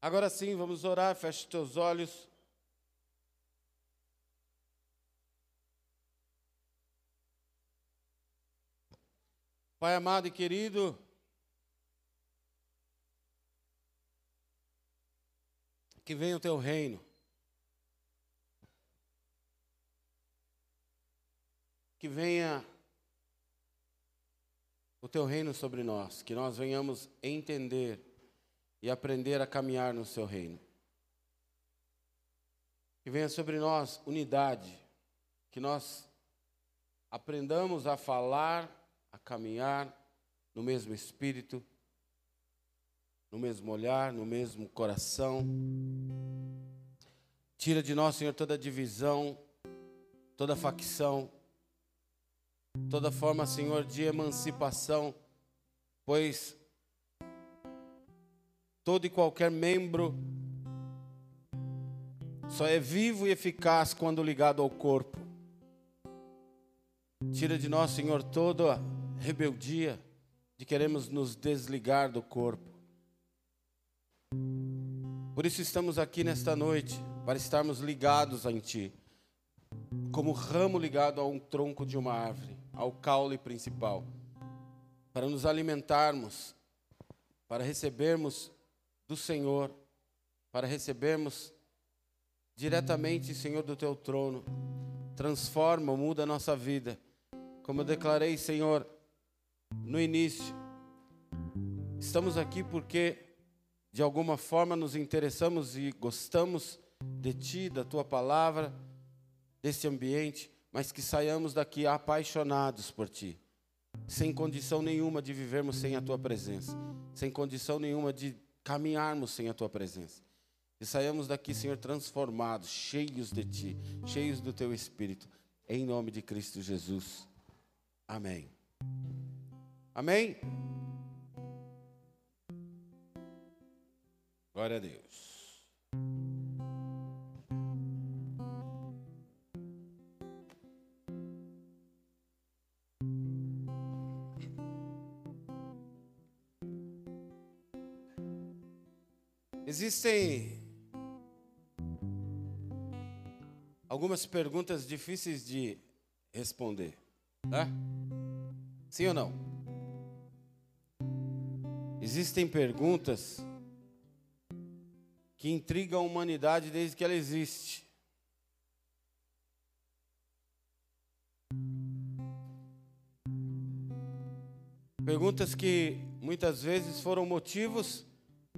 Agora sim, vamos orar, feche os teus olhos. Pai amado e querido, que venha o teu reino. Que venha o teu reino sobre nós, que nós venhamos entender e aprender a caminhar no seu reino. Que venha sobre nós unidade, que nós aprendamos a falar, a caminhar no mesmo espírito, no mesmo olhar, no mesmo coração. Tira de nós, Senhor, toda divisão, toda facção, toda forma, Senhor, de emancipação, pois todo e qualquer membro só é vivo e eficaz quando ligado ao corpo. Tira de nós, Senhor, toda rebeldia de queremos nos desligar do corpo. Por isso estamos aqui nesta noite, para estarmos ligados em Ti, como ramo ligado a um tronco de uma árvore, ao caule principal, para nos alimentarmos, para recebermos do Senhor, para recebermos diretamente, Senhor, do Teu trono. Transforma, muda a nossa vida. Como eu declarei, Senhor, no início, estamos aqui porque de alguma forma nos interessamos e gostamos de Ti, da Tua palavra, desse ambiente, mas que saiamos daqui apaixonados por Ti, sem condição nenhuma de vivermos sem a Tua presença, sem condição nenhuma de caminharmos sem a Tua presença. E saiamos daqui, Senhor, transformados, cheios de Ti, cheios do Teu Espírito, em nome de Cristo Jesus. Amém. Amém? Glória a Deus. Existem algumas perguntas difíceis de responder, tá? Sim ou não? Existem perguntas que intrigam a humanidade desde que ela existe. Perguntas que muitas vezes foram motivos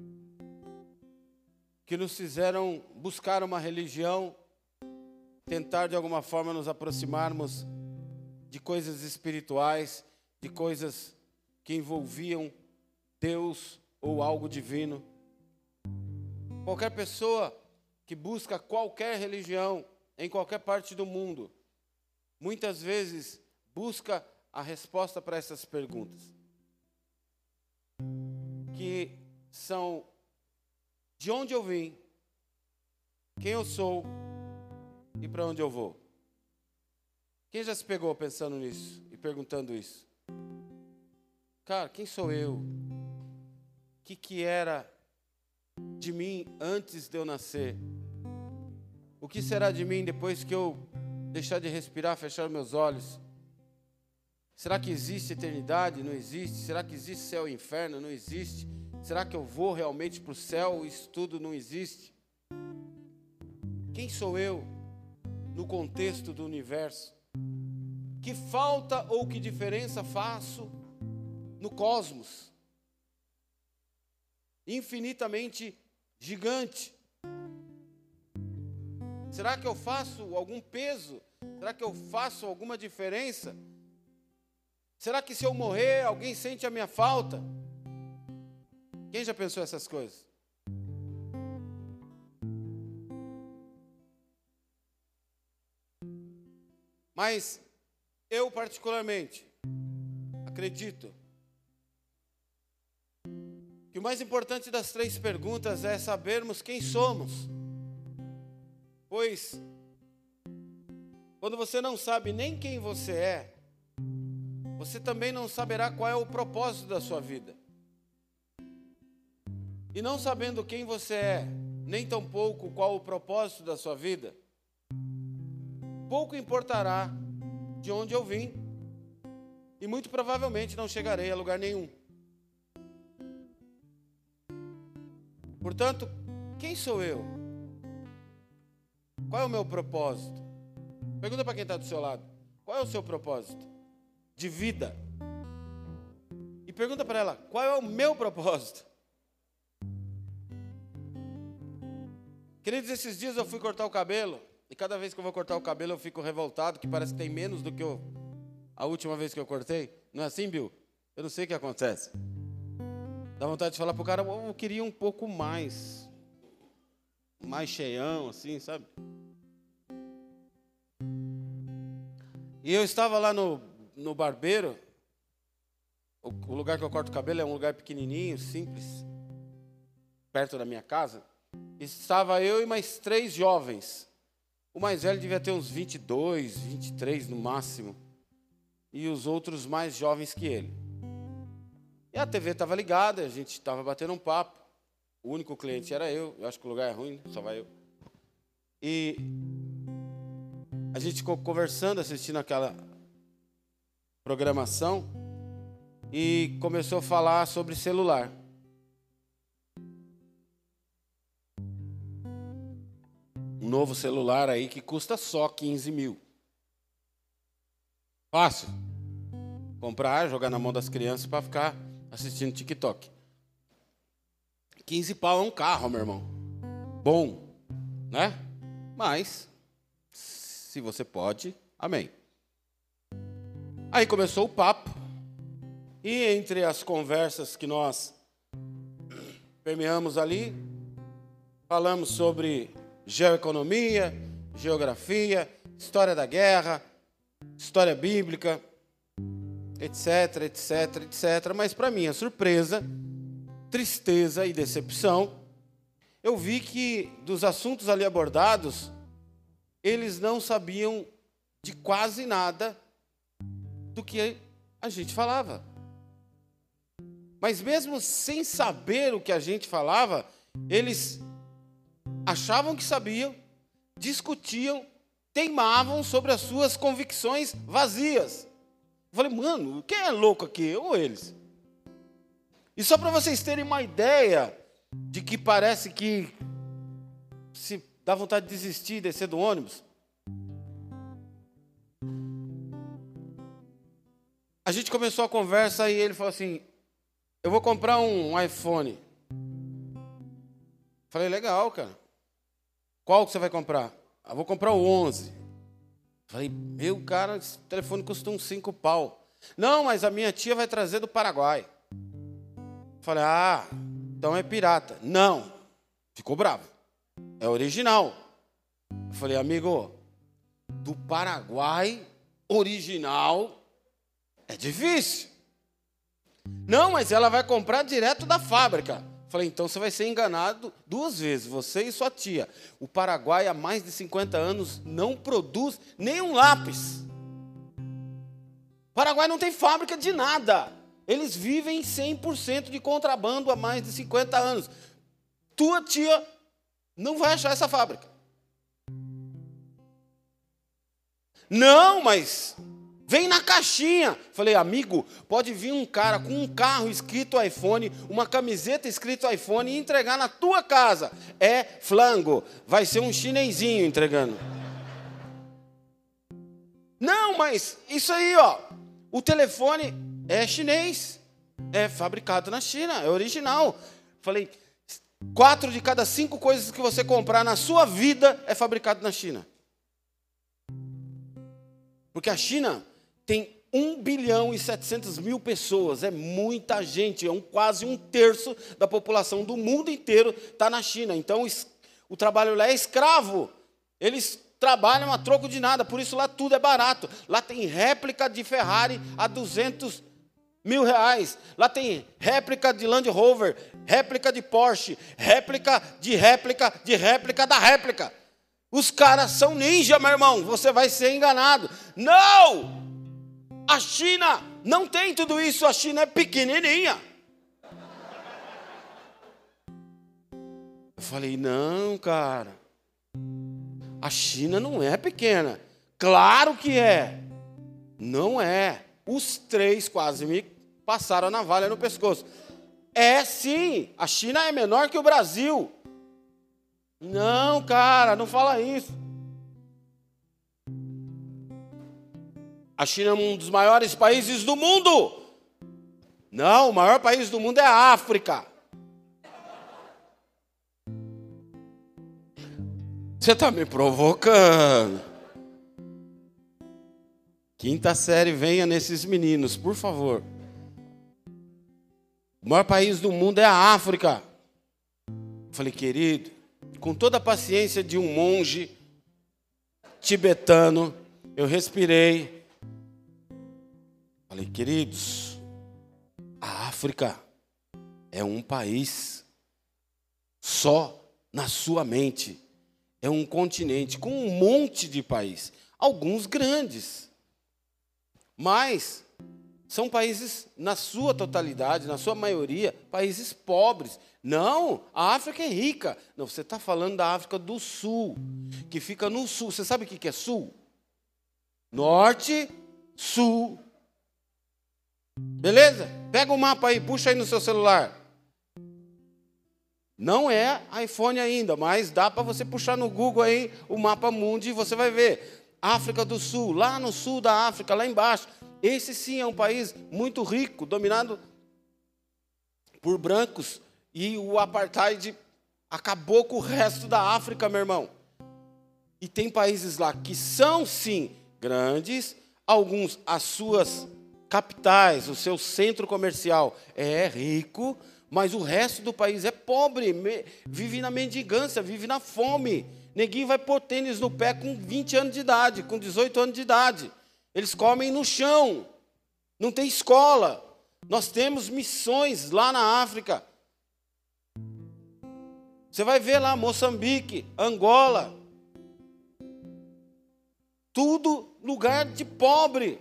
que nos fizeram buscar uma religião, tentar de alguma forma nos aproximarmos de coisas espirituais, de coisas que envolviam Deus ou algo divino. Qualquer pessoa que busca qualquer religião em qualquer parte do mundo, muitas vezes busca a resposta para essas perguntas, que são: de onde eu vim, quem eu sou e para onde eu vou? Quem já se pegou pensando nisso e perguntando isso? Cara, quem sou eu? O que era de mim antes de eu nascer? O que será de mim depois que eu deixar de respirar, fechar meus olhos? Será que existe eternidade? Não existe. Será que existe céu e inferno? Não existe. Será que eu vou realmente para o céu? Isso tudo não existe. Quem sou eu no contexto do universo? Que falta ou que diferença faço no cosmos? Infinitamente gigante. Será que eu faço algum peso? Será que eu faço alguma diferença? Será que se eu morrer, alguém sente a minha falta? Quem já pensou essas coisas? Mas eu particularmente acredito que o mais importante das três perguntas é sabermos quem somos. Pois quando você não sabe nem quem você é, você também não saberá qual é o propósito da sua vida. e não sabendo quem você é, nem tampouco qual o propósito da sua vida, pouco importará de onde eu vim, e muito provavelmente não chegarei a lugar nenhum. Portanto, quem sou eu? Qual é o meu propósito? Pergunta para quem está do seu lado. Qual é o seu propósito de vida? E pergunta para ela, qual é o meu propósito? Queridos, esses dias eu fui cortar o cabelo, e cada vez que eu vou cortar o cabelo eu fico revoltado, que parece que tem menos do que a última vez que eu cortei. Não é assim, Bill? Eu não sei o que acontece. Dá vontade de falar pro cara, eu queria um pouco mais cheião, assim, sabe? E eu estava lá no barbeiro. O lugar que eu corto o cabelo é um lugar pequenininho, simples, perto da minha casa. Estava eu e mais 3 jovens. O mais velho devia ter uns 22, 23 no máximo. E os outros mais jovens que ele. E a TV estava ligada, a gente estava batendo um papo. O único cliente era eu acho que o lugar é ruim, só vai eu. E a gente ficou conversando, assistindo aquela programação, e começou a falar sobre celular. Um novo celular aí que custa só 15 mil. Fácil. Comprar, jogar na mão das crianças para ficar assistindo TikTok. 15 pau é um carro, meu irmão. Bom, né? Mas, se você pode, amém. Aí começou o papo. E entre as conversas que nós permeamos ali, falamos sobre geoeconomia, geografia, história da guerra, história bíblica, etc, etc, etc. Mas, para minha surpresa, tristeza e decepção, eu vi que dos assuntos ali abordados, eles não sabiam de quase nada do que a gente falava. Mas mesmo sem saber o que a gente falava, eles achavam que sabiam, discutiam, teimavam sobre as suas convicções vazias. Eu falei, mano, quem é louco aqui? Eu ou eles? E só para vocês terem uma ideia de que parece que se dá vontade de desistir e descer do ônibus. A gente começou a conversa e ele falou assim, eu vou comprar um iPhone. Falei, legal, cara. Qual que você vai comprar? Eu vou comprar o 11. Falei, meu, cara, esse telefone custa uns 5 pau. Não, mas a minha tia vai trazer do Paraguai. Falei, então é pirata. Não, ficou bravo. É original. Eu falei, amigo, do Paraguai, original, é difícil. Não, mas ela vai comprar direto da fábrica. Falei, então você vai ser enganado 2 vezes, você e sua tia. O Paraguai, há mais de 50 anos, não produz nenhum lápis. O Paraguai não tem fábrica de nada. Eles vivem 100% de contrabando há mais de 50 anos. Tua tia não vai achar essa fábrica. Não, mas vem na caixinha. Falei, amigo, pode vir um cara com um carro escrito iPhone, uma camiseta escrito iPhone e entregar na tua casa. É flango. Vai ser um chinesinho entregando. Não, mas isso aí, ó. O telefone é chinês. É fabricado na China. É original. Falei, 4 de cada 5 coisas que você comprar na sua vida é fabricado na China. Porque a China tem 1 bilhão e 700 mil pessoas, é muita gente, é quase 1/3 da população do mundo inteiro está na China. Então, o trabalho lá é escravo, eles trabalham a troco de nada, por isso lá tudo é barato. Lá tem réplica de Ferrari a 200 mil reais, lá tem réplica de Land Rover, réplica de Porsche, réplica da réplica. Os caras são ninja, meu irmão, você vai ser enganado. Não! A China não tem tudo isso, a China é pequenininha. falei, não, cara. A China não é pequena. Claro que é. Não é. Os 3 quase me passaram a navalha no pescoço. É sim. A China é menor que o Brasil. Não, cara, não fala isso. A China é um dos maiores países do mundo. Não, o maior país do mundo é a África. Você está me provocando. 5ª série, venha nesses meninos, por favor. O maior país do mundo é a África. Falei, querido, com toda a paciência de um monge tibetano, eu respirei. Falei, queridos, a África é um país só na sua mente. É um continente com um monte de países, alguns grandes, mas são países, na sua totalidade, na sua maioria, países pobres. Não, a África é rica. Não, você está falando da África do Sul, que fica no sul. Você sabe o que é sul? Norte, sul. Beleza? Pega o mapa aí, puxa aí no seu celular. Não é iPhone ainda, mas dá para você puxar no Google aí o mapa mundi e você vai ver. África do Sul, lá no sul da África, lá embaixo. Esse sim é um país muito rico, dominado por brancos. E o apartheid acabou com o resto da África, meu irmão. E tem países lá que são, sim, grandes. Alguns, as suas capitais, o seu centro comercial é rico. Mas o resto do país é pobre, vive na mendigância, vive na fome. Neguinho vai pôr tênis no pé com 20 anos de idade, com 18 anos de idade. Eles comem no chão, não tem escola. Nós temos missões lá na África. Você vai ver lá Moçambique, Angola. Tudo lugar de pobre.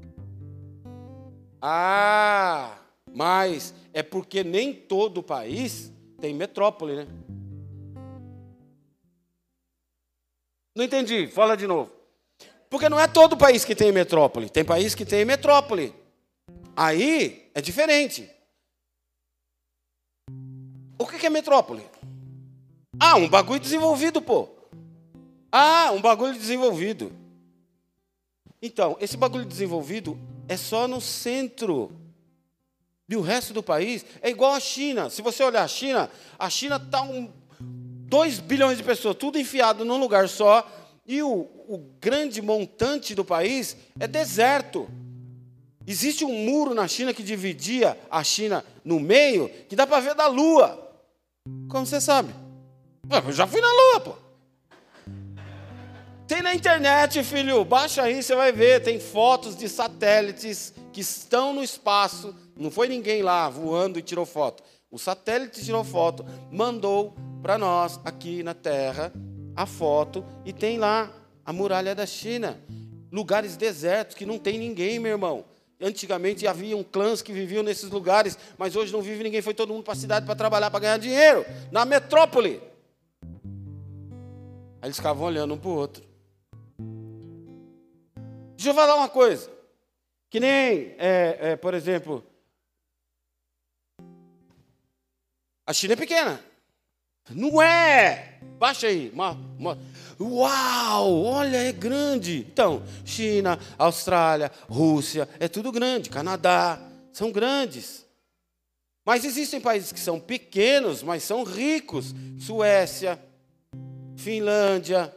Mas é porque nem todo país tem metrópole, né? Não entendi, fala de novo. Porque não é todo país que tem metrópole. Tem país que tem metrópole. Aí é diferente. O que é metrópole? Um bagulho desenvolvido, pô. Um bagulho desenvolvido. Então, esse bagulho desenvolvido é só no centro. E o resto do país é igual a China. Se você olhar a China está 2 bilhões de pessoas, tudo enfiado num lugar só. E o grande montante do país é deserto. Existe um muro na China que dividia a China no meio, que dá para ver da Lua. Como você sabe? Eu já fui na Lua, pô. Tem na internet, filho. Baixa aí, você vai ver. Tem fotos de satélites que estão no espaço. Não foi ninguém lá voando e tirou foto. O satélite tirou foto, mandou para nós, aqui na Terra, a foto. E tem lá a muralha da China. Lugares desertos que não tem ninguém, meu irmão. Antigamente havia clãs que viviam nesses lugares, mas hoje não vive ninguém. Foi todo mundo para a cidade para trabalhar, para ganhar dinheiro. Na metrópole. Aí eles ficavam olhando um para o outro. Deixa eu falar uma coisa. Que nem, por exemplo, a China é pequena. Não é? Baixa aí. Uau, olha, é grande. Então, China, Austrália, Rússia, é tudo grande. Canadá, são grandes. Mas existem países que são pequenos, mas são ricos. Suécia, Finlândia,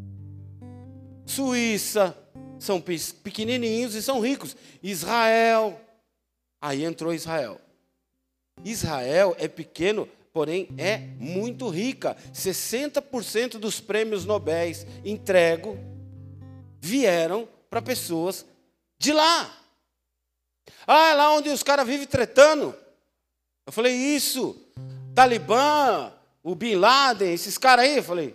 Suíça, são pequenininhos e são ricos. Israel, aí entrou Israel. Israel é pequeno, porém é muito rica. 60% dos prêmios Nobel entrego vieram para pessoas de lá. É lá onde os caras vivem tretando. Eu falei, isso, Talibã, o Bin Laden, esses caras aí. Eu falei,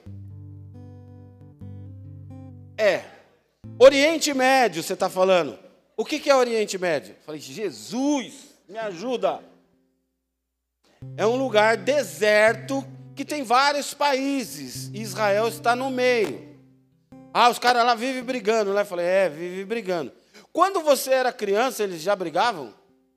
Oriente Médio, você está falando. O que é Oriente Médio? Eu falei, Jesus, me ajuda. É um lugar deserto que tem vários países, e Israel está no meio. Ah, os caras lá vivem brigando, né? Eu falei, vive brigando. Quando você era criança, eles já brigavam?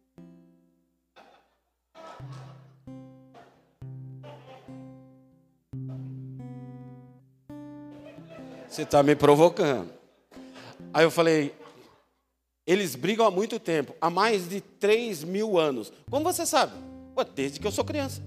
Você está me provocando. Aí eu falei, eles brigam há muito tempo, há mais de 3.000 anos. Como você sabe? Pô, desde que eu sou criança.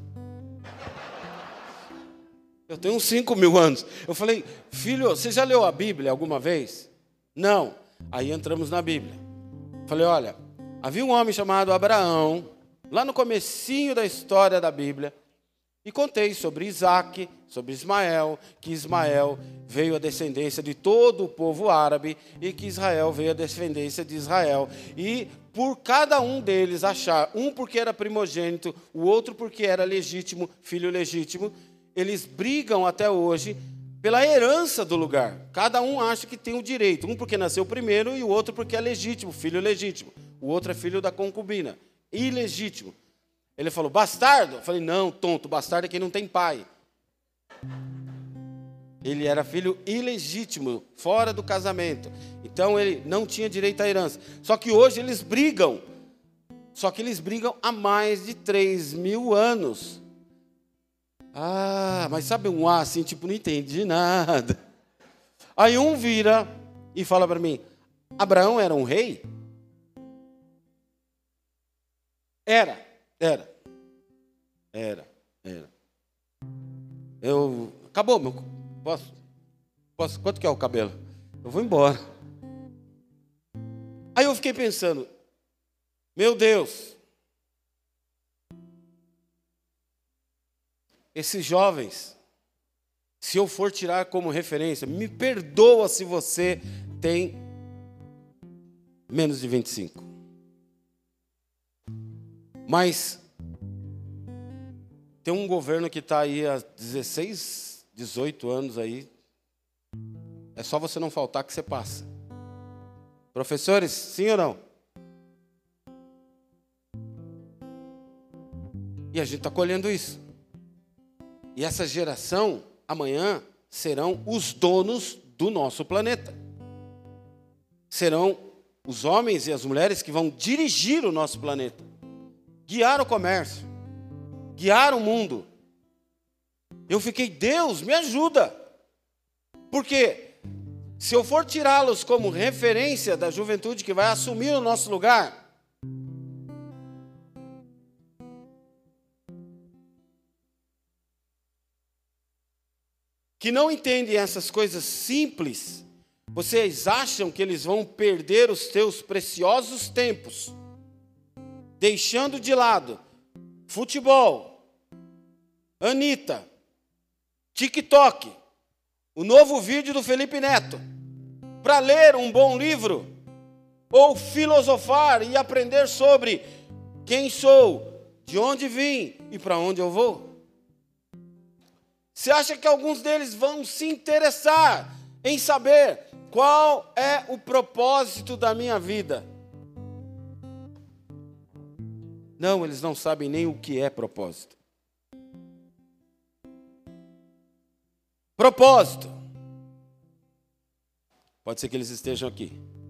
Eu tenho uns 5.000 anos. Eu falei, filho, você já leu a Bíblia alguma vez? Não. Aí entramos na Bíblia. Falei, olha, havia um homem chamado Abraão, lá no comecinho da história da Bíblia, e contei sobre Isaac, sobre Ismael, que Ismael veio a descendência de todo o povo árabe e que Israel veio a descendência de Israel. E por cada um deles achar, um porque era primogênito, o outro porque era legítimo, filho legítimo, eles brigam até hoje pela herança do lugar. Cada um acha que tem o direito, um porque nasceu primeiro e o outro porque é legítimo, filho legítimo. O outro é filho da concubina, ilegítimo. Ele falou, bastardo? Eu falei, não, tonto, bastardo é quem não tem pai. Ele era filho ilegítimo, fora do casamento. Então ele não tinha direito à herança. Só que hoje eles brigam. Só que eles brigam há mais de 3.000 anos. Ah, mas sabe um assim, tipo, não entendi nada. Aí um vira e fala para mim, Abraão era um rei? Era. Acabou, meu. Posso? Quanto que é o cabelo? Eu vou embora. Aí eu fiquei pensando, meu Deus, esses jovens, se eu for tirar como referência, me perdoa se você tem menos de 25. Mas tem um governo que está aí há 16, 18 anos aí. É só você não faltar que você passa. Professores, sim ou não? E a gente está colhendo isso. E essa geração, amanhã, serão os donos do nosso planeta. Serão os homens e as mulheres que vão dirigir o nosso planeta. Guiar o comércio, guiar o mundo. Eu fiquei, Deus, me ajuda. Porque se eu for tirá-los como referência da juventude que vai assumir o nosso lugar, que não entendem essas coisas simples, vocês acham que eles vão perder os teus preciosos tempos, deixando de lado futebol, Anitta, TikTok, o novo vídeo do Felipe Neto, para ler um bom livro, ou filosofar e aprender sobre quem sou, de onde vim e para onde eu vou? Você acha que alguns deles vão se interessar em saber qual é o propósito da minha vida? Não, eles não sabem nem o que é propósito. Propósito. Pode ser que eles estejam aqui.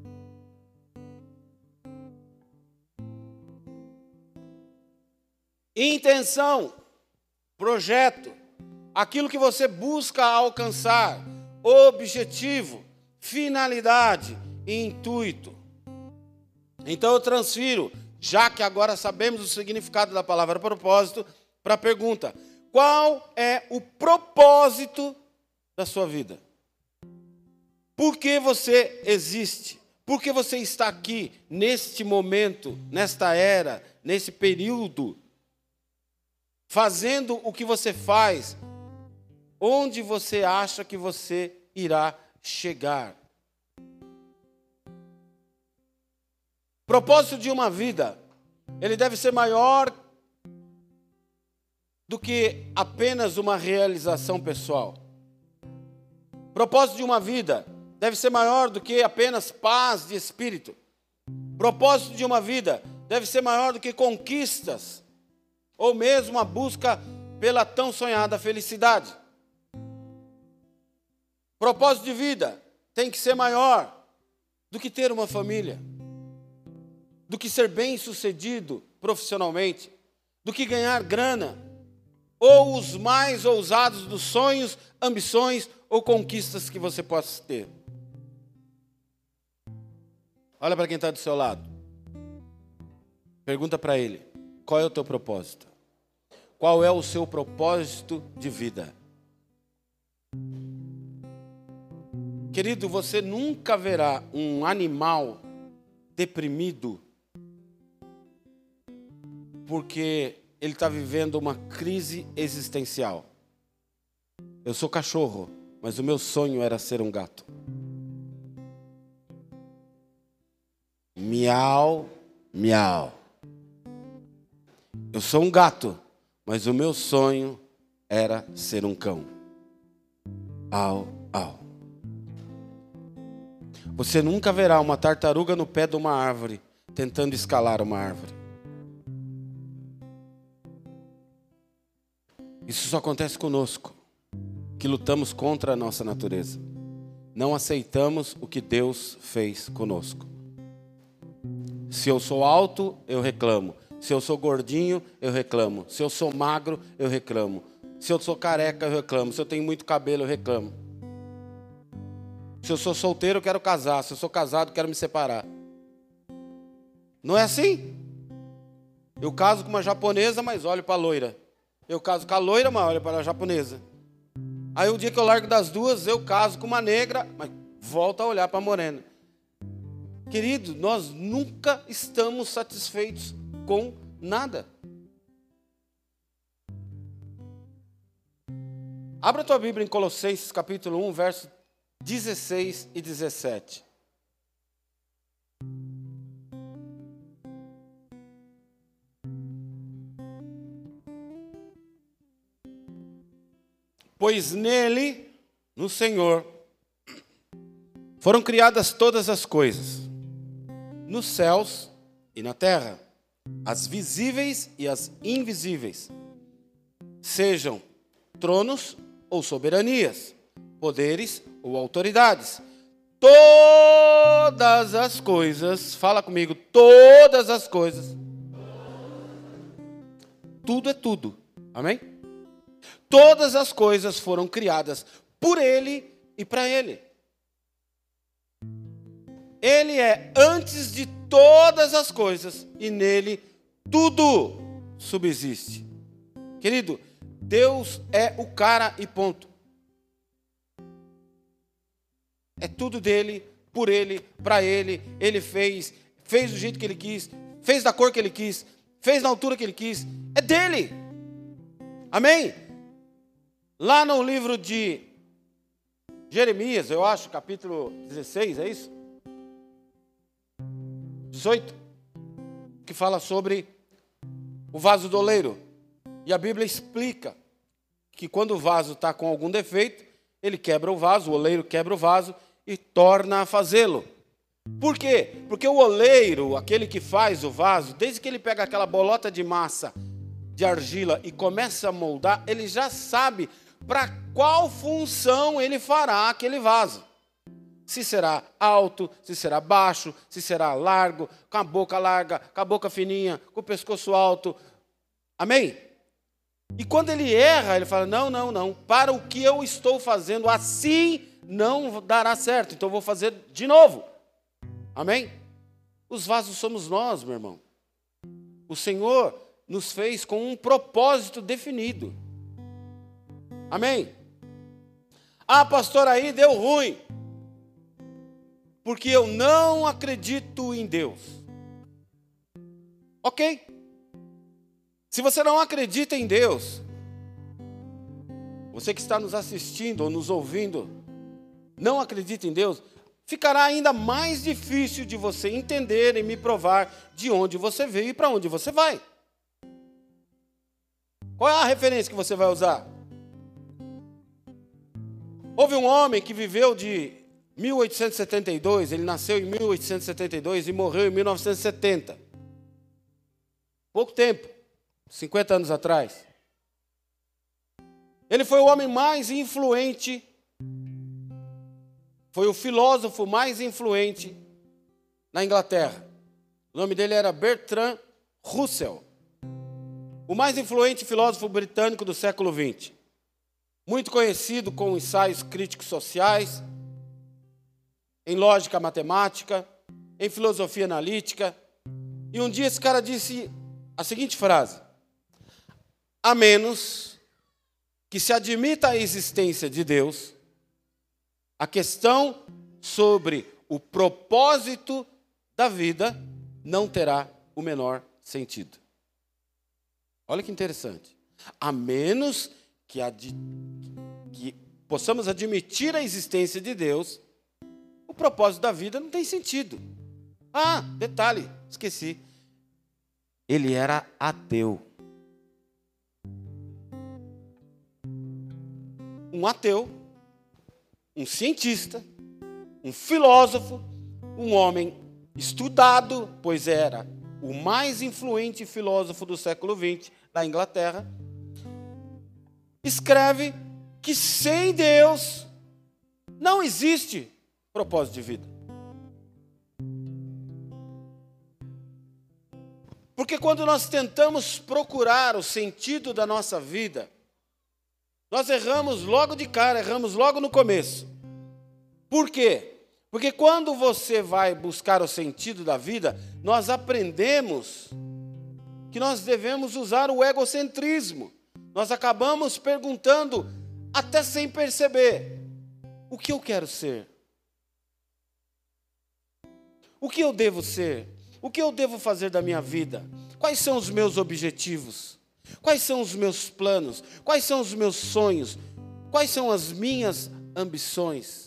Intenção, projeto, aquilo que você busca alcançar, objetivo, finalidade e intuito. Então eu transfiro, já que agora sabemos o significado da palavra propósito, para a pergunta: qual é o propósito da sua vida? Por que você existe? Por que você está aqui, neste momento, nesta era, nesse período, fazendo o que você faz? Onde você acha que você irá chegar? O propósito de uma vida, ele deve ser maior do que apenas uma realização pessoal. O propósito de uma vida deve ser maior do que apenas paz de espírito. O propósito de uma vida deve ser maior do que conquistas, ou mesmo a busca pela tão sonhada felicidade. Propósito de vida tem que ser maior do que ter uma família, do que ser bem-sucedido profissionalmente, do que ganhar grana, ou os mais ousados dos sonhos, ambições ou conquistas que você possa ter. Olha para quem está do seu lado. Pergunta para ele, qual é o teu propósito? Qual é o seu propósito de vida? Querido, você nunca verá um animal deprimido porque ele está vivendo uma crise existencial. Eu sou cachorro, mas o meu sonho era ser um gato. Miau, miau. Eu sou um gato, mas o meu sonho era ser um cão. Au, au. Você nunca verá uma tartaruga no pé de uma árvore, tentando escalar uma árvore. Isso só acontece conosco, que lutamos contra a nossa natureza. Não aceitamos o que Deus fez conosco. Se eu sou alto, eu reclamo. Se eu sou gordinho, eu reclamo. Se eu sou magro, eu reclamo. Se eu sou careca, eu reclamo. Se eu tenho muito cabelo, eu reclamo. Se eu sou solteiro, eu quero casar. Se eu sou casado, eu quero me separar. Não é assim? Eu caso com uma japonesa, mas olho para a loira. Eu caso com a loira, mas olho para a japonesa. Aí o dia que eu largo das duas, eu caso com uma negra, mas volto a olhar para a morena. Querido, nós nunca estamos satisfeitos com nada. Abra a tua Bíblia em Colossenses capítulo 1, verso 16 e 17. Pois nele, no Senhor, foram criadas todas as coisas, nos céus e na terra, as visíveis e as invisíveis, sejam tronos ou soberanias, poderes ou autoridades. Todas as coisas, fala comigo, todas as coisas. Tudo é tudo, amém? Todas as coisas foram criadas por Ele e para Ele. Ele é antes de todas as coisas e nele tudo subsiste. Querido, Deus é o cara e ponto. É tudo dele, por ele, para ele. Ele fez do jeito que ele quis, fez da cor que ele quis, fez na altura que ele quis. É dele. Amém? Lá no livro de Jeremias, eu acho, capítulo 16, é isso? 18, que fala sobre o vaso do oleiro. E a Bíblia explica que quando o vaso está com algum defeito, ele quebra o vaso, o oleiro quebra o vaso e torna a fazê-lo. Por quê? Porque o oleiro, aquele que faz o vaso, desde que ele pega aquela bolota de massa, de argila e começa a moldar, ele já sabe para qual função ele fará aquele vaso. Se será alto, se será baixo, se será largo, com a boca larga, com a boca fininha, com o pescoço alto. Amém? E quando ele erra, ele fala, não, para o que eu estou fazendo assim não dará certo, então eu vou fazer de novo. Amém? Os vasos somos nós, meu irmão. O Senhor nos fez com um propósito definido. Amém? Ah, pastor, aí deu ruim. Porque eu não acredito em Deus. Ok. Se você não acredita em Deus, você que está nos assistindo ou nos ouvindo, não acredita em Deus, ficará ainda mais difícil de você entender e me provar de onde você veio e para onde você vai. Qual é a referência que você vai usar? Houve um homem que viveu de 1872, ele nasceu em 1872 e morreu em 1970. Pouco tempo, 50 anos atrás. Ele foi o homem mais influente, foi o filósofo mais influente na Inglaterra. O nome dele era Bertrand Russell, o mais influente filósofo britânico do século XX. Muito conhecido com ensaios críticos sociais, em lógica matemática, em filosofia analítica. E um dia esse cara disse a seguinte frase: a menos que se admita a existência de Deus, a questão sobre o propósito da vida não terá o menor sentido. Olha que interessante. A menos que possamos admitir a existência de Deus, o propósito da vida não tem sentido. Ah, detalhe, esqueci. Ele era ateu. Um ateu, um cientista, um filósofo, um homem estudado, pois era o mais influente filósofo do século XX, da Inglaterra, escreve que sem Deus não existe propósito de vida. Porque quando nós tentamos procurar o sentido da nossa vida, nós erramos logo de cara, erramos logo no começo. Por quê? Porque quando você vai buscar o sentido da vida, nós aprendemos que nós devemos usar o egocentrismo. Nós acabamos perguntando, até sem perceber, o que eu quero ser? O que eu devo ser? O que eu devo fazer da minha vida? Quais são os meus objetivos? Quais são os meus planos? Quais são os meus sonhos? Quais são as minhas ambições?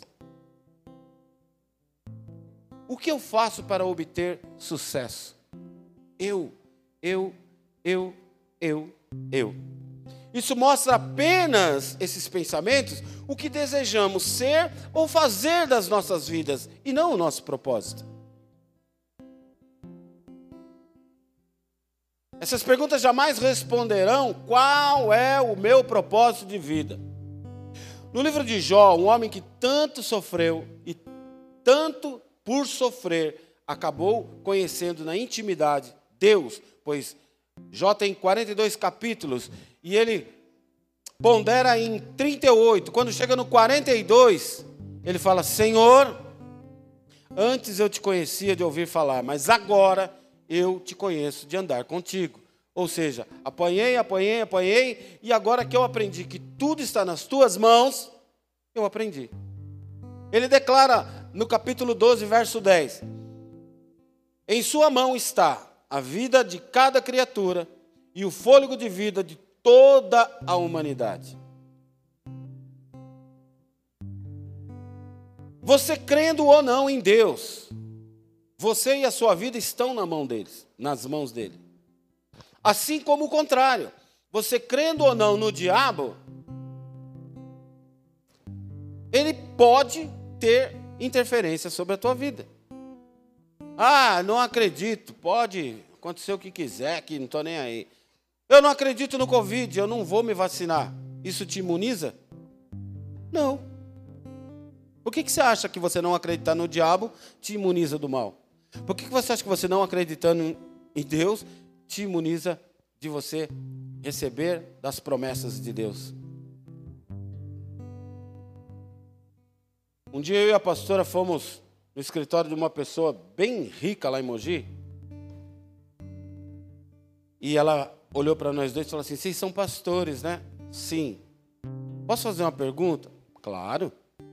O que eu faço para obter sucesso? Eu. Isso mostra apenas esses pensamentos, o que desejamos ser ou fazer das nossas vidas, e não o nosso propósito. Essas perguntas jamais responderão qual é o meu propósito de vida. No livro de Jó, um homem que tanto sofreu e tanto por sofrer, acabou conhecendo na intimidade Deus, pois Jó tem 42 capítulos e ele pondera em 38. Quando chega no 42, ele fala: Senhor, antes eu te conhecia de ouvir falar, mas agora eu te conheço de andar contigo. Ou seja, apanhei, e agora que eu aprendi que tudo está nas tuas mãos, eu aprendi. Ele declara no capítulo 12, verso 10: em sua mão está a vida de cada criatura e o fôlego de vida de toda a humanidade. Você crendo ou não em Deus, você e a sua vida estão nas mãos dele. Assim como o contrário, você crendo ou não no diabo, ele pode ter interferência sobre a tua vida. Ah, não acredito, pode acontecer o que quiser, que não estou nem aí. Eu não acredito no Covid, eu não vou me vacinar. Isso te imuniza? Não. Por que você acha que você não acreditar no diabo te imuniza do mal? Por que você acha que você não acreditando em Deus te imuniza de você receber das promessas de Deus? Um dia eu e a pastora fomos no escritório de uma pessoa bem rica lá em Mogi. E ela olhou para nós dois e falou assim: vocês são pastores, né? Sim. Posso fazer uma pergunta? Claro.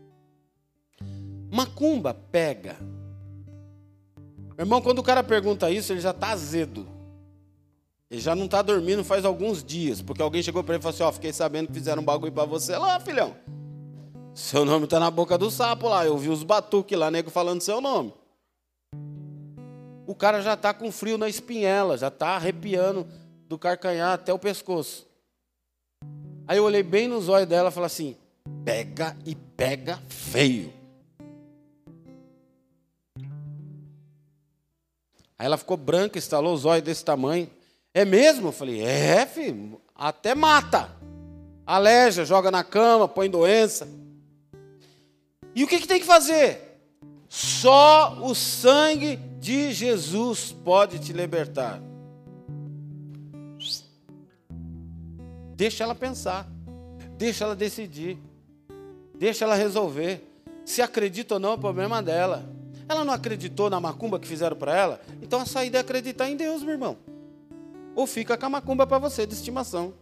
Macumba pega? Meu irmão, quando o cara pergunta isso, ele já está azedo. Ele já não está dormindo faz alguns dias, porque alguém chegou para ele e falou assim: ó, fiquei sabendo que fizeram um bagulho para você. Lá, filhão, seu nome está na boca do sapo lá. Eu vi os batuques lá, nego falando seu nome. O cara já está com frio na espinhela, já está arrepiando do carcanhar até o pescoço. Aí eu olhei bem nos olhos dela e falei assim: pega e pega feio. Aí ela ficou branca, estalou os olhos desse tamanho. É mesmo? Eu falei: é, filho, até mata. aleja, joga na cama, põe doença. E o que tem que fazer? Só o sangue de Jesus pode te libertar. Deixa ela pensar, deixa ela decidir, deixa ela resolver. Se acredita ou não, é o problema dela. Ela não acreditou na macumba que fizeram para ela? Então a saída é acreditar em Deus, meu irmão. Ou fica com a macumba para você de estimação.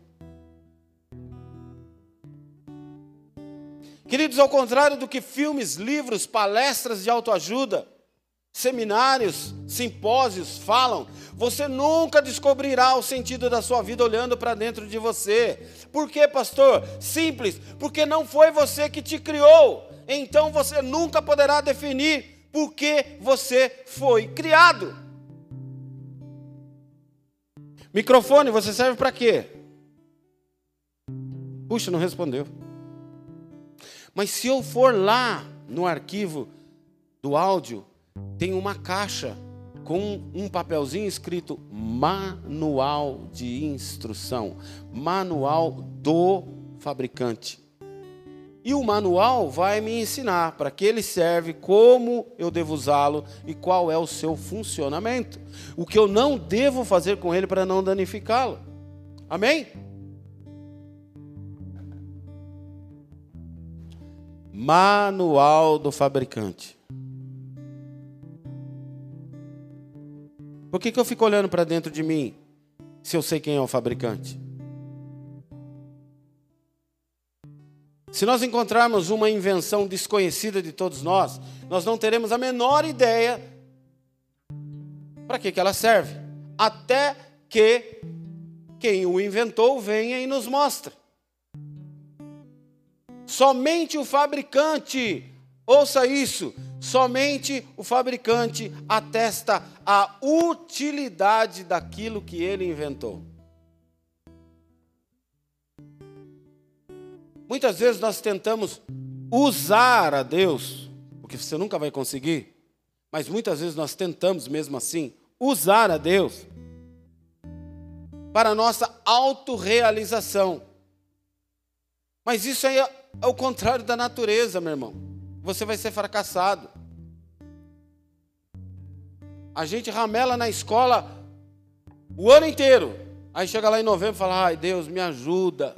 Queridos, ao contrário do que filmes, livros, palestras de autoajuda, seminários, simpósios falam, você nunca descobrirá o sentido da sua vida olhando para dentro de você. Por quê, pastor? Simples, porque não foi você que te criou. Então você nunca poderá definir por que você foi criado. Microfone, você serve para quê? Puxa, não respondeu. Mas se eu for lá no arquivo do áudio, tem uma caixa com um papelzinho escrito manual de instrução, manual do fabricante. E o manual vai me ensinar para que ele serve, como eu devo usá-lo e qual é o seu funcionamento. O que eu não devo fazer com ele para não danificá-lo. Amém? Manual do fabricante. Por que eu fico olhando para dentro de mim se eu sei quem é o fabricante? Se nós encontrarmos uma invenção desconhecida de todos nós não teremos a menor ideia para que ela serve. Até que quem o inventou venha e nos mostre. Somente o fabricante, ouça isso, somente o fabricante atesta a utilidade daquilo que ele inventou. Muitas vezes nós tentamos usar a Deus, porque você nunca vai conseguir, mas muitas vezes nós tentamos mesmo assim, usar a Deus para a nossa autorrealização. Mas isso aí é o contrário da natureza, meu irmão. Você vai ser fracassado. A gente ramela na escola o ano inteiro. Aí chega lá em novembro e fala, ai Deus, me ajuda.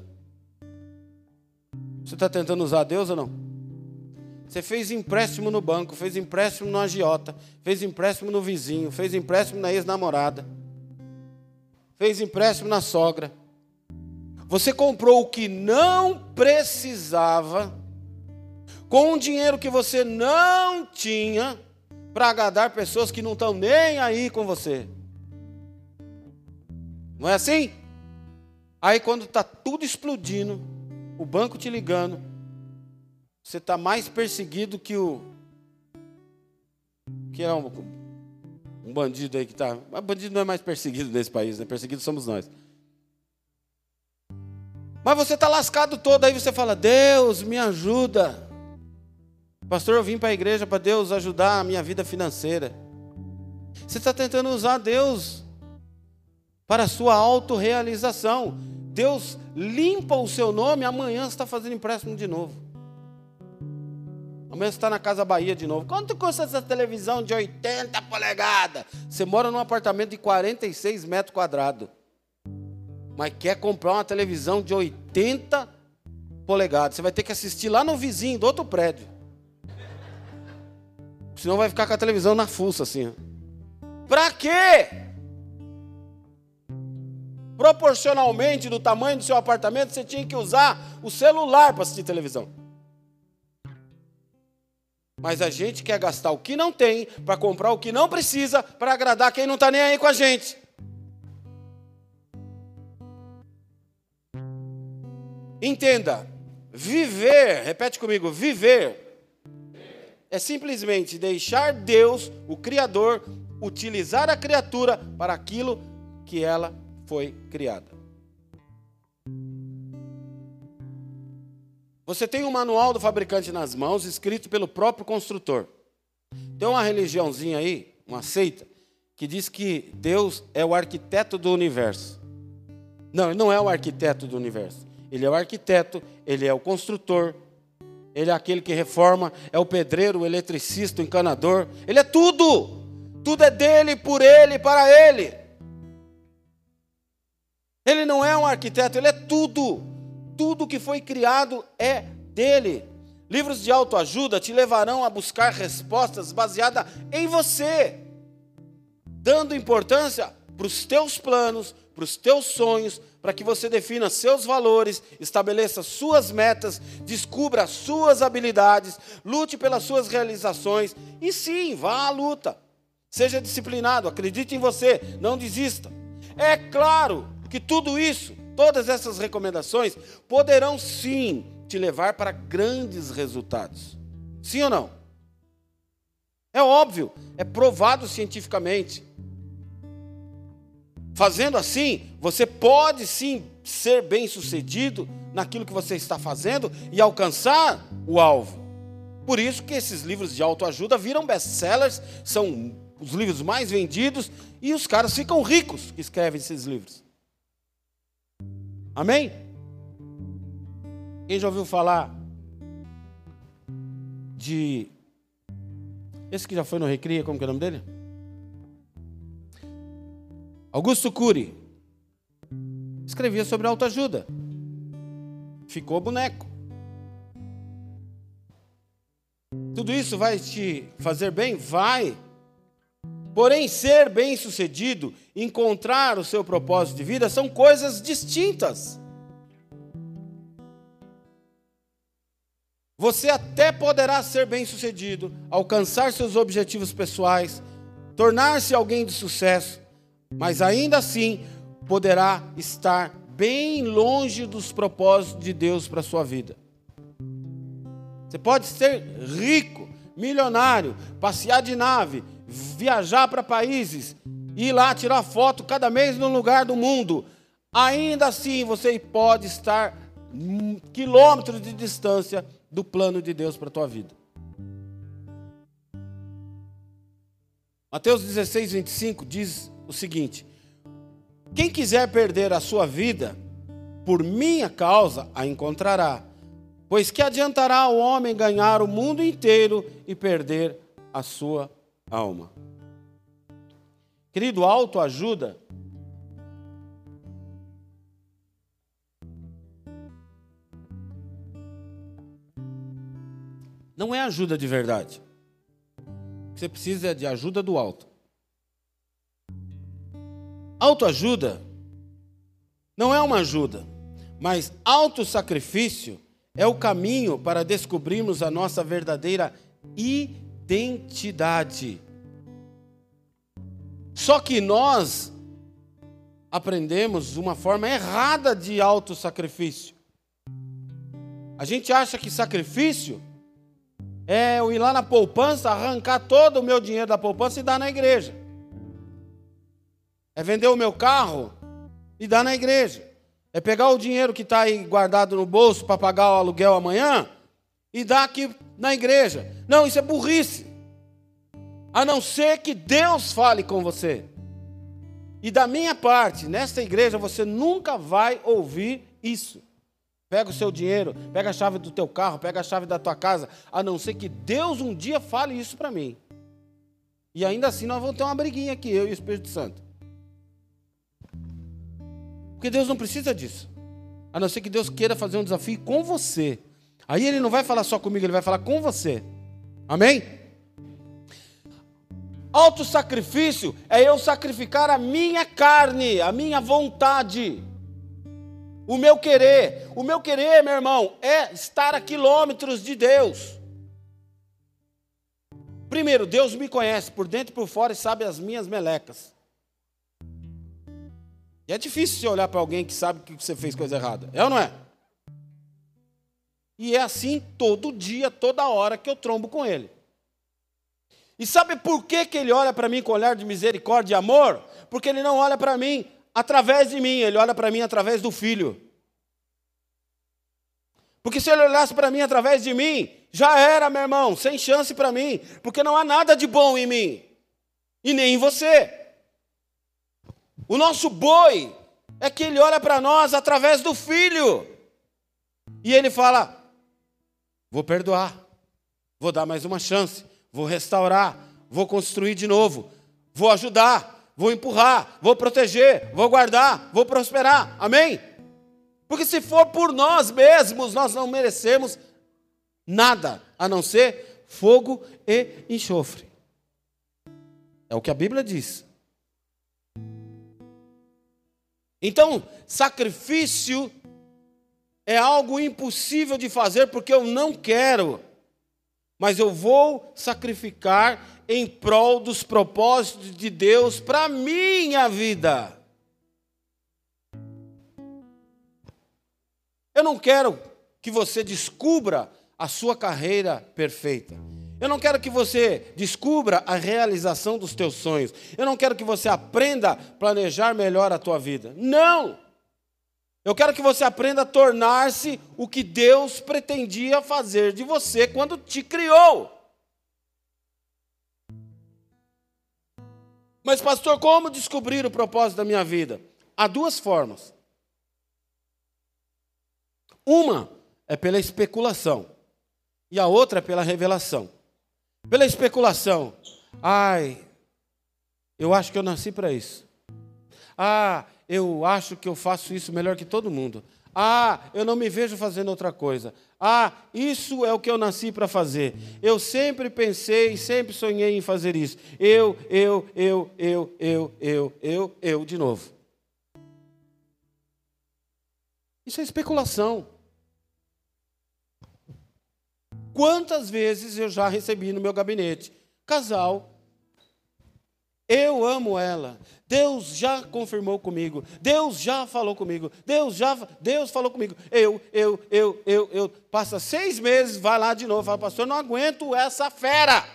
Você está tentando usar Deus ou não? Você fez empréstimo no banco, fez empréstimo no agiota, fez empréstimo no vizinho, fez empréstimo na ex-namorada, fez empréstimo na sogra. Você comprou o que não precisava, com um dinheiro que você não tinha, para agradar pessoas que não estão nem aí com você. Não é assim? Aí quando está tudo explodindo, o banco te ligando, você está mais perseguido que é um bandido aí que está... Mas bandido não é mais perseguido nesse país, né? Perseguido somos nós. Mas você está lascado todo, aí você fala, Deus, me ajuda. Pastor, eu vim para a igreja para Deus ajudar a minha vida financeira. Você está tentando usar Deus para a sua autorrealização. Deus limpa o seu nome, amanhã você está fazendo empréstimo de novo. Amanhã você está na Casa Bahia de novo. Quanto custa essa televisão de 80 polegadas? Você mora num apartamento de 46 metros quadrados. Mas quer comprar uma televisão de 80 polegadas. Você vai ter que assistir lá no vizinho do outro prédio. Senão vai ficar com a televisão na fuça assim. Para quê? Proporcionalmente do tamanho do seu apartamento, você tinha que usar o celular para assistir televisão. Mas a gente quer gastar o que não tem para comprar o que não precisa para agradar quem não está nem aí com a gente. Entenda, viver, repete comigo, viver é simplesmente deixar Deus, o Criador, utilizar a criatura para aquilo que ela foi criada. Você tem um manual do fabricante nas mãos, escrito pelo próprio construtor. Tem uma religiãozinha aí, uma seita, que diz que Deus é o arquiteto do universo. Não, ele não é o arquiteto do universo. Ele é o arquiteto, ele é o construtor, ele é aquele que reforma, é o pedreiro, o eletricista, o encanador. Ele é tudo. Tudo é dele, por ele, para ele. Ele não é um arquiteto, ele é tudo. Tudo que foi criado é dele. Livros de autoajuda te levarão a buscar respostas baseadas em você, dando importância para os teus planos, para os teus sonhos, para que você defina seus valores, estabeleça suas metas, descubra suas habilidades, lute pelas suas realizações e sim, vá à luta. Seja disciplinado, acredite em você, não desista. É claro que tudo isso, todas essas recomendações, poderão sim te levar para grandes resultados. Sim ou não? É óbvio, é provado cientificamente. Fazendo assim, você pode sim ser bem-sucedido naquilo que você está fazendo e alcançar o alvo. Por isso que esses livros de autoajuda viram best-sellers, são os livros mais vendidos e os caras ficam ricos que escrevem esses livros. Amém? Quem já ouviu falar de... esse que já foi no Recria, como que é o nome dele? Augusto Cury. Escrevia sobre autoajuda. Ficou boneco. Tudo isso vai te fazer bem? Vai. Porém, ser bem-sucedido, encontrar o seu propósito de vida, são coisas distintas. Você até poderá ser bem-sucedido, alcançar seus objetivos pessoais, tornar-se alguém de sucesso, mas ainda assim poderá estar bem longe dos propósitos de Deus para a sua vida. Você pode ser rico, milionário, passear de nave, viajar para países, ir lá tirar foto cada mês num lugar do mundo. Ainda assim você pode estar quilômetros de distância do plano de Deus para a tua vida. Mateus 16, 25 diz o seguinte: quem quiser perder a sua vida, por minha causa a encontrará. Pois que adiantará o homem ganhar o mundo inteiro e perder a sua alma? Querido, autoajuda não é ajuda de verdade. Você precisa de ajuda do alto. Autoajuda não é uma ajuda, mas autossacrifício é o caminho para descobrirmos a nossa verdadeira identidade. Só que nós aprendemos uma forma errada de autossacrifício. A gente acha que sacrifício é eu ir lá na poupança, arrancar todo o meu dinheiro da poupança e dar na igreja. É vender o meu carro e dar na igreja. É pegar o dinheiro que está aí guardado no bolso para pagar o aluguel amanhã e dar aqui na igreja. Não, isso é burrice. A não ser que Deus fale com você. E da minha parte, nesta igreja, você nunca vai ouvir isso. Pega o seu dinheiro, pega a chave do teu carro, pega a chave da tua casa, a não ser que Deus um dia fale isso para mim. E ainda assim nós vamos ter uma briguinha aqui, eu e o Espírito Santo. Porque Deus não precisa disso. A não ser que Deus queira fazer um desafio com você. Aí Ele não vai falar só comigo, Ele vai falar com você. Amém? Autossacrifício é eu sacrificar a minha carne, a minha vontade, o meu querer. O meu querer, meu irmão, é estar a quilômetros de Deus. Primeiro, Deus me conhece por dentro e por fora e sabe as minhas melecas. E é difícil você olhar para alguém que sabe que você fez coisa errada. É ou não é? E é assim todo dia, toda hora que eu trombo com Ele. E sabe por que Ele olha para mim com olhar de misericórdia e amor? Porque Ele não olha para mim através de mim, Ele olha para mim através do Filho. Porque se Ele olhasse para mim através de mim, já era, meu irmão, sem chance para mim. Porque não há nada de bom em mim. E nem em você. O nosso boi é que Ele olha para nós através do Filho. E ele fala, vou perdoar, vou dar mais uma chance, vou restaurar, vou construir de novo, vou ajudar, vou empurrar, vou proteger, vou guardar, vou prosperar. Amém? Porque se for por nós mesmos, nós não merecemos nada, a não ser fogo e enxofre. É o que a Bíblia diz. Então, sacrifício é algo impossível de fazer porque eu não quero. Mas eu vou sacrificar em prol dos propósitos de Deus para a minha vida. Eu não quero que você descubra a sua carreira perfeita. Eu não quero que você descubra a realização dos teus sonhos. Eu não quero que você aprenda a planejar melhor a tua vida. Não! Eu quero que você aprenda a tornar-se o que Deus pretendia fazer de você quando te criou. Mas, pastor, como descobrir o propósito da minha vida? Há duas formas. Uma é pela especulação e a outra é pela revelação. Pela especulação. Eu acho que eu nasci para isso. Eu acho que eu faço isso melhor que todo mundo. Eu não me vejo fazendo outra coisa. Isso é o que eu nasci para fazer. Eu sempre pensei, sempre sonhei em fazer isso. Eu, de novo. Isso é especulação. Quantas vezes eu já recebi no meu gabinete? Casal, eu amo ela. Deus já confirmou comigo. Deus já falou comigo. Deus falou comigo. Eu. Passa 6 meses, vai lá de novo. Fala, pastor, não aguento essa fera.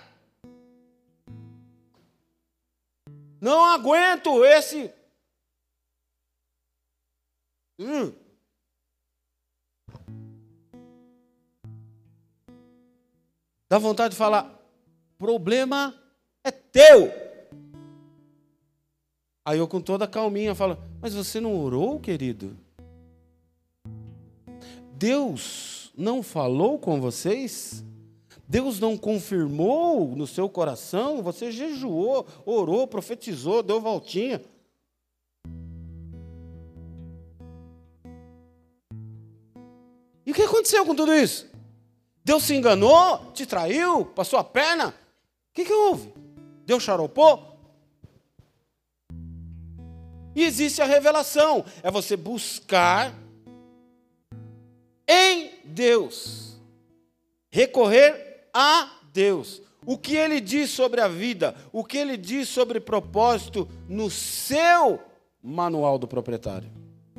Não aguento esse. Dá vontade de falar, problema é teu. Aí eu com toda a calminha falo, mas você não orou, querido? Deus não falou com vocês? Deus não confirmou no seu coração? Você jejuou, orou, profetizou, deu voltinha. E o que aconteceu com tudo isso? Deus se enganou? Te traiu? Passou a perna? O que houve? Deus xaropou? E existe a revelação. É você buscar em Deus. Recorrer a Deus. O que Ele diz sobre a vida, o que Ele diz sobre propósito no seu manual do proprietário.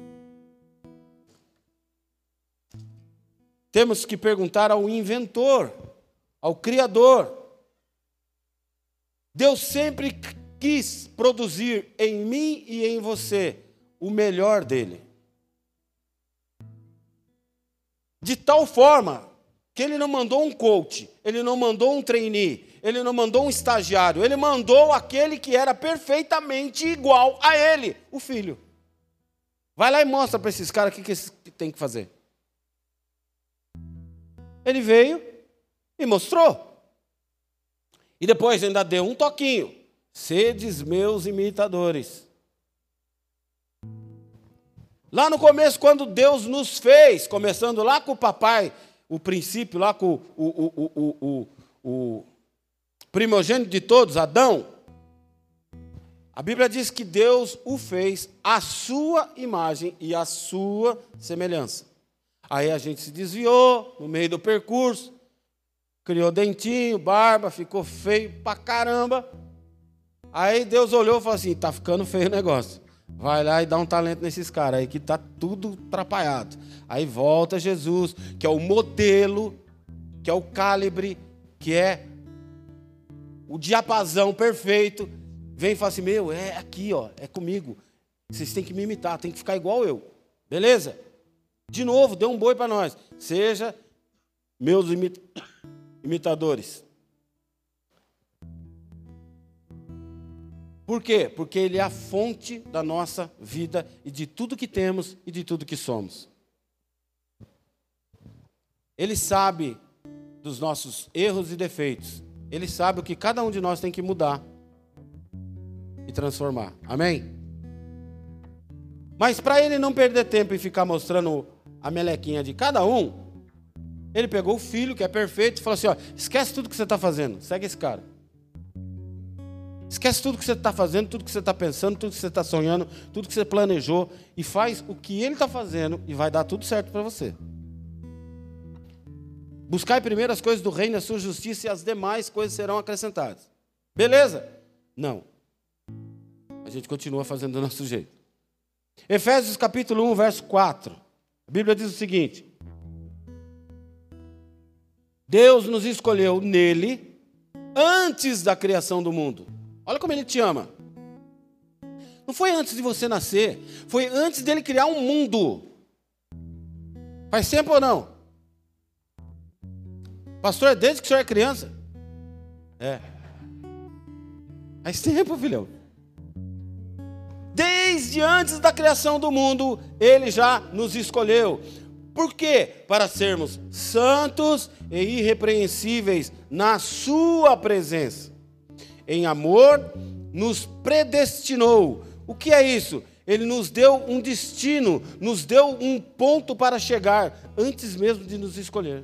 Temos que perguntar ao inventor, ao Criador. Deus sempre quis produzir em mim e em você o melhor dele. De tal forma que Ele não mandou um coach, Ele não mandou um trainee, Ele não mandou um estagiário, Ele mandou aquele que era perfeitamente igual a Ele, o Filho. Vai lá e mostra para esses caras o que tem que fazer. Ele veio e mostrou. E depois ainda deu um toquinho. Sedes meus imitadores. Lá no começo, quando Deus nos fez, começando lá com o papai, o princípio, lá com o primogênito de todos, Adão, a Bíblia diz que Deus o fez à sua imagem e à sua semelhança. Aí a gente se desviou no meio do percurso, criou dentinho, barba, ficou feio pra caramba. Aí Deus olhou e falou assim, tá ficando feio o negócio. Vai lá e dá um talento nesses caras aí que tá tudo atrapalhado. Aí volta Jesus, que é o modelo, que é o calibre, que é o diapasão perfeito. Vem e fala assim, é aqui, ó, é comigo. Vocês têm que me imitar, tem que ficar igual eu. Beleza? De novo, deu um boi para nós. Seja meus imitadores. Por quê? Porque Ele é a fonte da nossa vida e de tudo que temos e de tudo que somos. Ele sabe dos nossos erros e defeitos. Ele sabe o que cada um de nós tem que mudar e transformar. Amém? Mas para ele não perder tempo e ficar mostrando a melequinha de cada um, ele pegou o filho, que é perfeito, e falou assim, ó, esquece tudo que você está fazendo, segue esse cara. Esquece tudo que você está fazendo, tudo que você está pensando, tudo que você está sonhando, tudo que você planejou, e faz o que ele está fazendo e vai dar tudo certo para você. Buscai primeiro as coisas do reino, a sua justiça, e as demais coisas serão acrescentadas. Beleza? Não. A gente continua fazendo do nosso jeito. Efésios capítulo 1, verso 4. A Bíblia diz o seguinte: Deus nos escolheu nele antes da criação do mundo. Olha como ele te ama. Não foi antes de você nascer, foi antes dele criar um mundo. Faz tempo ou não? Pastor, é desde que o senhor é criança? É. Faz tempo, filhão. Desde antes da criação do mundo, ele já nos escolheu. Por quê? Para sermos santos e irrepreensíveis na sua presença. Em amor, nos predestinou. O que é isso? Ele nos deu um destino, nos deu um ponto para chegar, antes mesmo de nos escolher.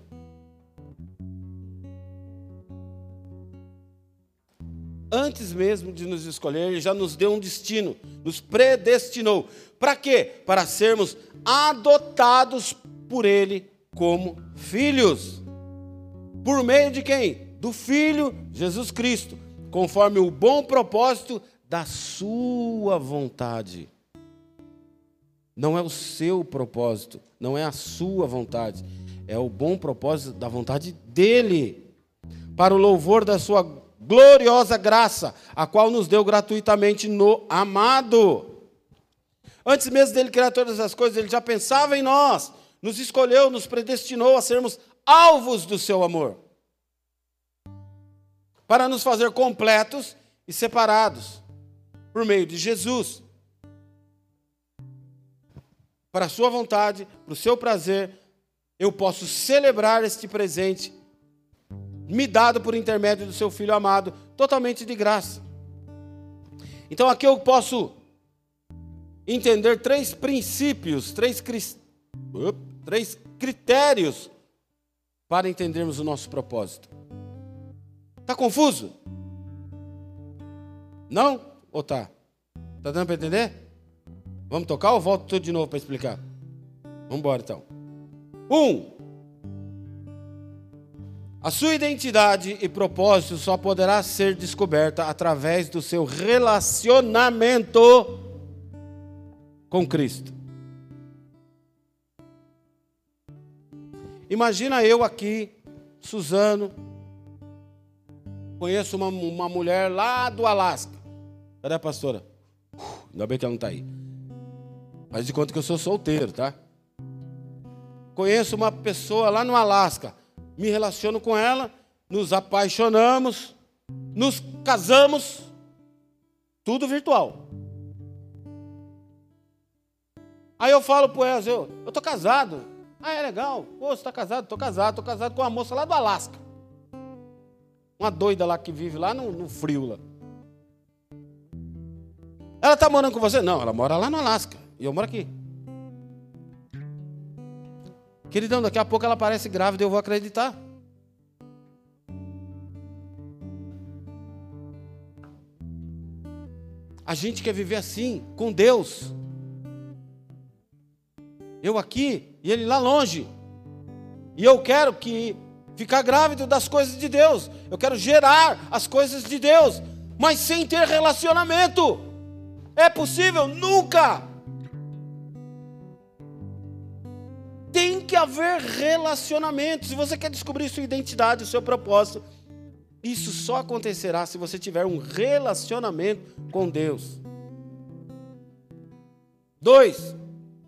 Antes mesmo de nos escolher, ele já nos deu um destino, nos predestinou. Para quê? Para sermos adotados por ele como filhos. Por meio de quem? Do Filho Jesus Cristo, conforme o bom propósito da sua vontade. Não é o seu propósito, não é a sua vontade, é o bom propósito da vontade dele, para o louvor da sua gloriosa graça, a qual nos deu gratuitamente no amado. Antes mesmo dele criar todas as coisas, ele já pensava em nós, nos escolheu, nos predestinou a sermos alvos do seu amor, para nos fazer completos e separados, por meio de Jesus, para a sua vontade, para o seu prazer. Eu posso celebrar este presente me dado por intermédio do seu Filho amado, totalmente de graça. Então aqui eu posso entender três princípios, três critérios para entendermos o nosso propósito. Está confuso? Não? Ou tá? Está dando para entender? Vamos tocar ou volto tudo de novo para explicar? Vamos embora então. 1. A sua identidade e propósito só poderá ser descoberta através do seu relacionamento com Cristo. Imagina eu aqui, Suzano, conheço uma mulher lá do Alasca. Cadê a pastora? Ainda bem que ela não está aí. Faz de conta que eu sou solteiro, tá? Conheço uma pessoa lá no Alasca. Me relaciono com ela, nos apaixonamos, nos casamos, tudo virtual. Aí eu falo pro Ezio, eu tô casado. Ah, é legal. Pô, você tá casado? Tô casado com uma moça lá do Alasca. Uma doida lá que vive lá no frio lá. Ela tá morando com você? Não, ela mora lá no Alasca. E eu moro aqui. Queridão, daqui a pouco ela parece grávida e eu vou acreditar. A gente quer viver assim, com Deus. Eu aqui e ele lá longe. E eu quero ficar grávido das coisas de Deus. Eu quero gerar as coisas de Deus, mas sem ter relacionamento. É possível? Nunca! Tem que haver relacionamento. Se você quer descobrir sua identidade, o seu propósito, isso só acontecerá se você tiver um relacionamento com Deus. 2.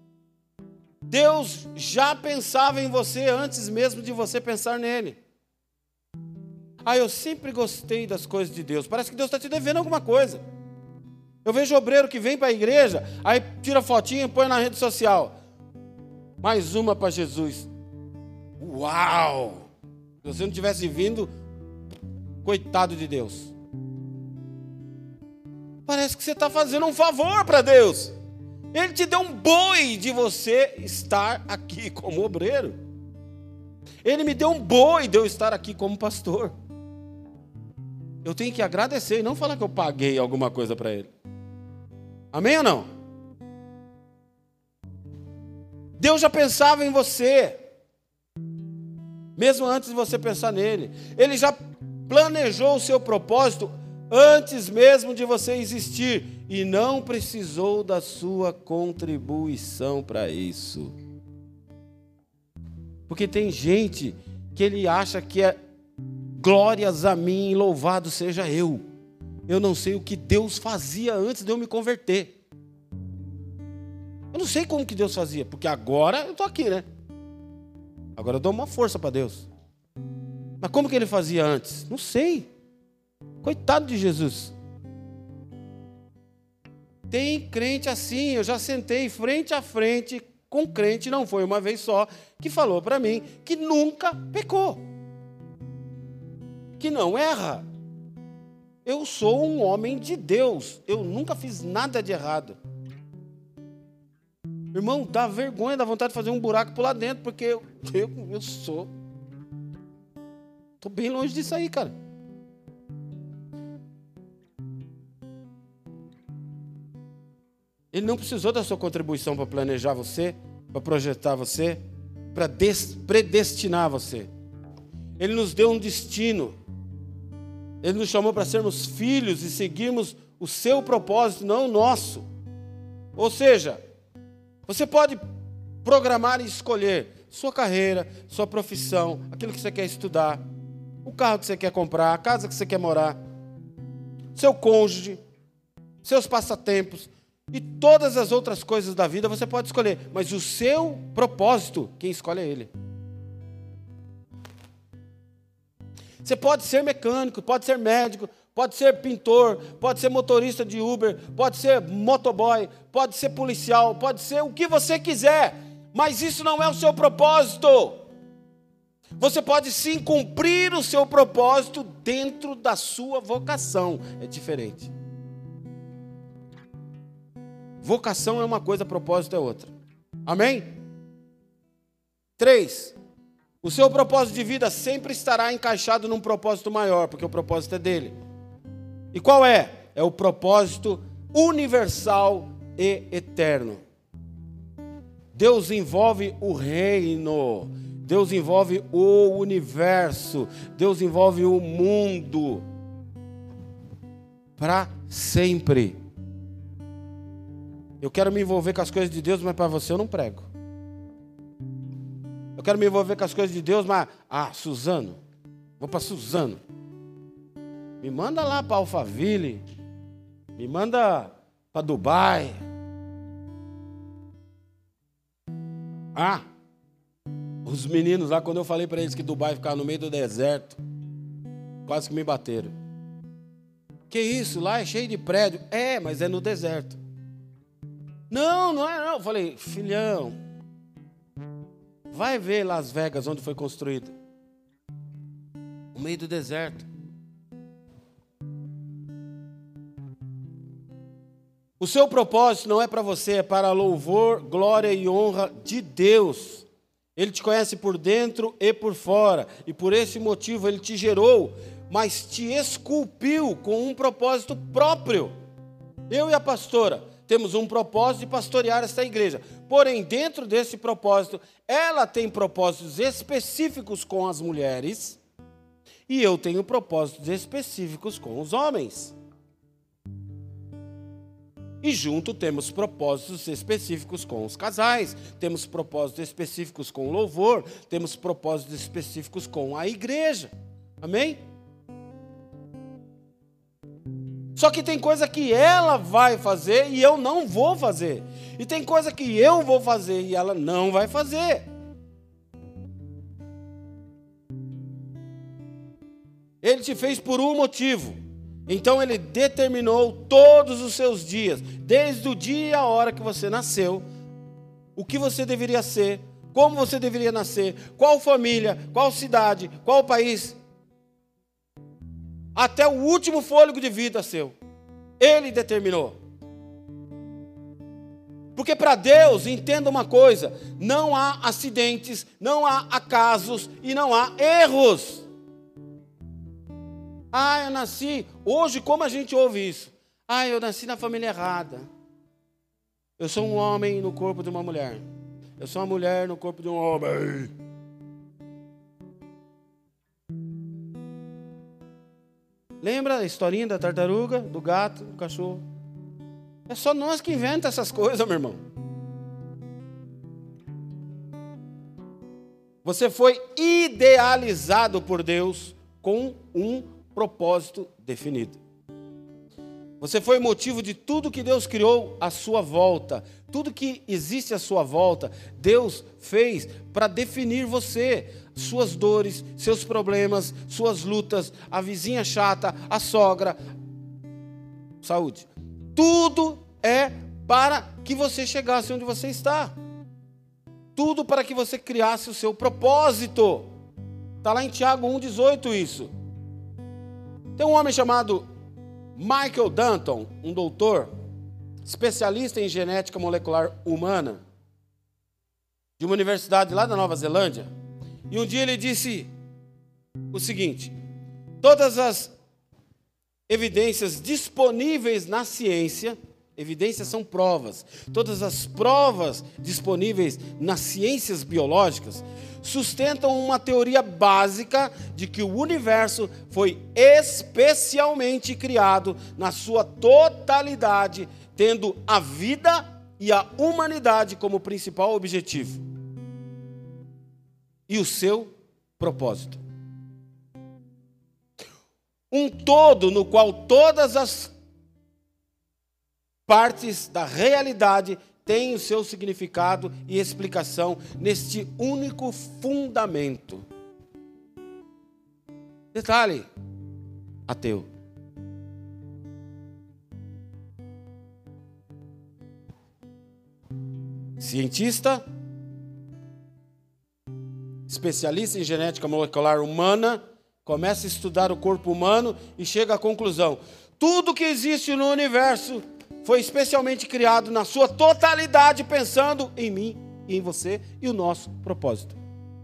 Deus já pensava em você antes mesmo de você pensar nele. Ah, eu sempre gostei das coisas de Deus. Parece que Deus está te devendo alguma coisa. Eu vejo obreiro que vem para a igreja, aí tira fotinha e põe na rede social. Mais uma para Jesus. Uau! Se você não tivesse vindo, coitado de Deus. Parece que você está fazendo um favor para Deus. Ele te deu um boi de você estar aqui como obreiro. Ele me deu um boi de eu estar aqui como pastor. Eu tenho que agradecer e não falar que eu paguei alguma coisa para ele. Amém ou não? Deus já pensava em você, mesmo antes de você pensar nele. Ele já planejou o seu propósito antes mesmo de você existir e não precisou da sua contribuição para isso. Porque tem gente que ele acha que é glórias a mim, louvado seja eu. Eu não sei o que Deus fazia antes de eu me converter. Eu não sei como que Deus fazia, porque agora eu estou aqui, né? Agora eu dou uma força para Deus. Mas como que ele fazia antes? Não sei. Coitado de Jesus. Tem crente assim, eu já sentei frente a frente com crente, não foi uma vez só, que falou para mim que nunca pecou. Que não erra. Eu sou um homem de Deus, eu nunca fiz nada de errado. Irmão, dá vergonha, dá vontade de fazer um buraco por lá dentro, porque eu sou. Estou bem longe disso aí, cara. Ele não precisou da sua contribuição para planejar você, para projetar você, para predestinar você. Ele nos deu um destino. Ele nos chamou para sermos filhos e seguirmos o seu propósito, não o nosso. Ou seja, você pode programar e escolher sua carreira, sua profissão, aquilo que você quer estudar, o carro que você quer comprar, a casa que você quer morar, seu cônjuge, seus passatempos e todas as outras coisas da vida você pode escolher. Mas o seu propósito, quem escolhe é Ele. Você pode ser mecânico, pode ser médico, pode ser pintor, pode ser motorista de Uber, pode ser motoboy, pode ser policial, pode ser o que você quiser, mas isso não é o seu propósito. Você pode sim cumprir o seu propósito dentro da sua vocação. É diferente. Vocação é uma coisa, propósito é outra. Amém? 3. O seu propósito de vida sempre estará encaixado num propósito maior, porque o propósito é dele. E qual é? É o propósito universal e eterno. Deus envolve o reino, Deus envolve o universo, Deus envolve o mundo para sempre. Eu quero me envolver com as coisas de Deus, mas para você eu não prego. Eu quero me envolver com as coisas de Deus, mas... Suzano. Vou para Suzano. Me manda lá para Alphaville. Me manda para Dubai. Os meninos lá, quando eu falei para eles que Dubai ficava no meio do deserto, quase que me bateram. Que isso? Lá é cheio de prédio. É, mas é no deserto. Não, não é não. Eu falei, filhão, vai ver Las Vegas, onde foi construído. No meio do deserto. O seu propósito não é para você, é para louvor, glória e honra de Deus. Ele te conhece por dentro e por fora. E por esse motivo ele te gerou, mas te esculpiu com um propósito próprio. Eu e a pastora temos um propósito de pastorear esta igreja. Porém, dentro desse propósito, ela tem propósitos específicos com as mulheres e eu tenho propósitos específicos com os homens. E junto temos propósitos específicos com os casais, temos propósitos específicos com o louvor, temos propósitos específicos com a igreja. Amém? Só que tem coisa que ela vai fazer e eu não vou fazer. E tem coisa que eu vou fazer e ela não vai fazer. Ele te fez por um motivo. Então ele determinou todos os seus dias, desde o dia e a hora que você nasceu, o que você deveria ser, como você deveria nascer, qual família, qual cidade, qual país. Até o último fôlego de vida seu. Ele determinou. Porque para Deus, entenda uma coisa, não há acidentes, não há acasos e não há erros. Ah, eu nasci, hoje como a gente ouve isso? Ah, eu nasci na família errada. Eu sou um homem no corpo de uma mulher. Eu sou uma mulher no corpo de um homem. Lembra a historinha da tartaruga, do gato, do cachorro? É só nós que inventamos essas coisas, meu irmão. Você foi idealizado por Deus com um propósito definido. Você foi motivo de tudo que Deus criou à sua volta. Tudo que existe à sua volta, Deus fez para definir você. Suas dores, seus problemas, suas lutas, a vizinha chata, a sogra. Saúde. Tudo é para que você chegasse onde você está. Tudo para que você criasse o seu propósito. Está lá em Tiago 1,18 isso. Tem um homem chamado Michael Danton, um doutor, especialista em genética molecular humana, de uma universidade lá da Nova Zelândia. E um dia ele disse o seguinte: todas as evidências disponíveis na ciência, evidências são provas, todas as provas disponíveis nas ciências biológicas sustentam uma teoria básica de que o universo foi especialmente criado na sua totalidade, tendo a vida e a humanidade como principal objetivo e o seu propósito. Um todo no qual todas as partes da realidade têm o seu significado e explicação neste único fundamento. Detalhe, ateu. Cientista, especialista em genética molecular humana, começa a estudar o corpo humano e chega à conclusão: tudo que existe no universo foi especialmente criado na sua totalidade, pensando em mim e em você e o nosso propósito.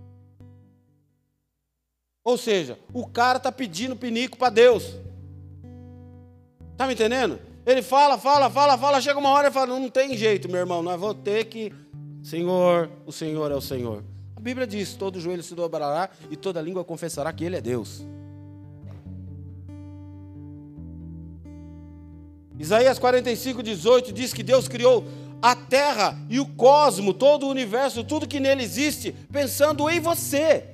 Ou seja, o cara está pedindo pinico para Deus. Está me entendendo? Ele fala, chega uma hora e fala: não tem jeito, meu irmão, nós vamos ter que... Senhor, o Senhor é o Senhor. A Bíblia diz: todo joelho se dobrará e toda língua confessará que Ele é Deus. Isaías 45:18 diz que Deus criou a terra e o cosmo, todo o universo, tudo que nele existe, pensando em você.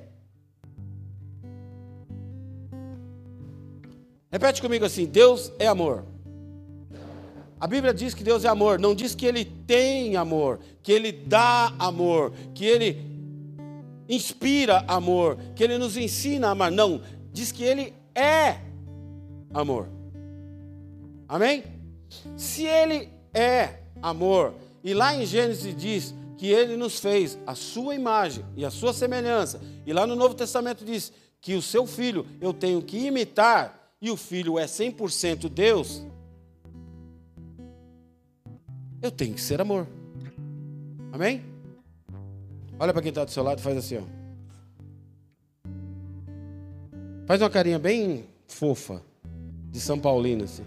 Repete comigo assim: Deus é amor. A Bíblia diz que Deus é amor, não diz que Ele tem amor, que Ele dá amor, que Ele inspira amor, que Ele nos ensina a amar. Não, diz que Ele é amor. Amém? Se Ele é amor, e lá em Gênesis diz que Ele nos fez a sua imagem e a sua semelhança, e lá no Novo Testamento diz que o seu filho eu tenho que imitar, e o filho é 100% Deus, eu tenho que ser amor. Amém? Olha para quem está do seu lado e faz assim, ó. Faz uma carinha bem fofa, de São Paulino, assim.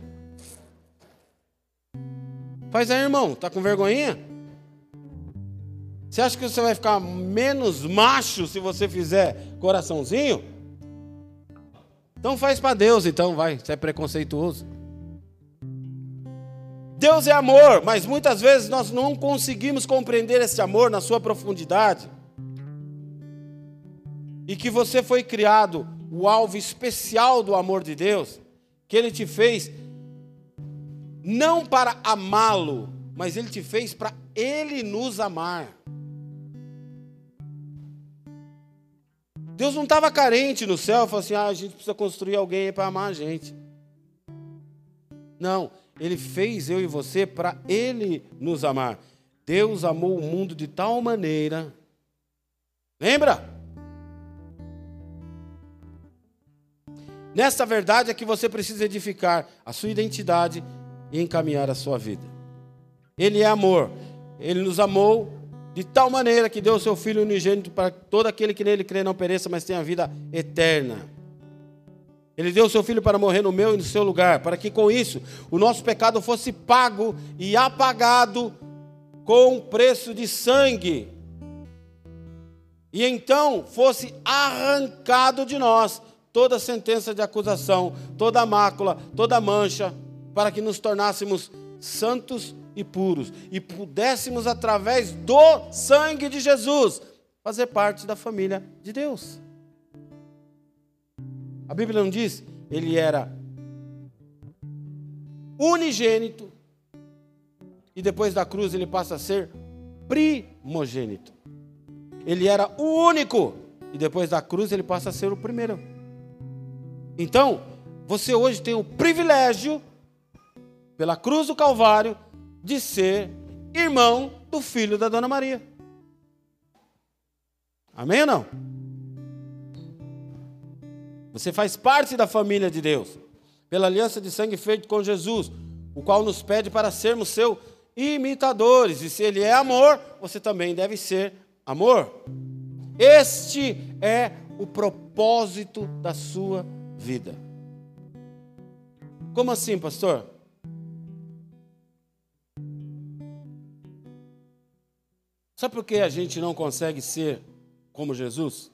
Faz aí, irmão. Tá com vergonhinha? Você acha que você vai ficar menos macho se você fizer coraçãozinho? Então faz para Deus, então, vai. Você é preconceituoso. Deus é amor, mas muitas vezes nós não conseguimos compreender esse amor na sua profundidade. E que você foi criado, o alvo especial do amor de Deus, que Ele te fez não para amá-lo, mas Ele te fez para Ele nos amar. Deus não estava carente no céu, falou assim: a gente precisa construir alguém para amar a gente. Não, Ele fez eu e você para Ele nos amar. Deus amou o mundo de tal maneira Lembra? Nessa verdade é que você precisa edificar a sua identidade e encaminhar a sua vida. Ele é amor. Ele nos amou de tal maneira que deu o seu Filho unigênito para todo aquele que nele crê não pereça, mas tenha vida eterna. Ele deu o seu Filho para morrer no meu e no seu lugar, para que com isso o nosso pecado fosse pago e apagado com preço de sangue. E então fosse arrancado de nós toda sentença de acusação, toda mácula, toda mancha, para que nos tornássemos santos e puros, e pudéssemos, através do sangue de Jesus, fazer parte da família de Deus. A Bíblia não diz? Ele era unigênito, e depois da cruz ele passa a ser primogênito. Ele era o único, e depois da cruz ele passa a ser o primeiro. Então, você hoje tem o privilégio, pela cruz do Calvário, de ser irmão do filho da Dona Maria. Amém ou não? Você faz parte da família de Deus, pela aliança de sangue feita com Jesus, o qual nos pede para sermos seus imitadores. E se Ele é amor, você também deve ser amor. Este é o propósito da sua vida. Como assim, pastor? Sabe por que a gente não consegue ser como Jesus?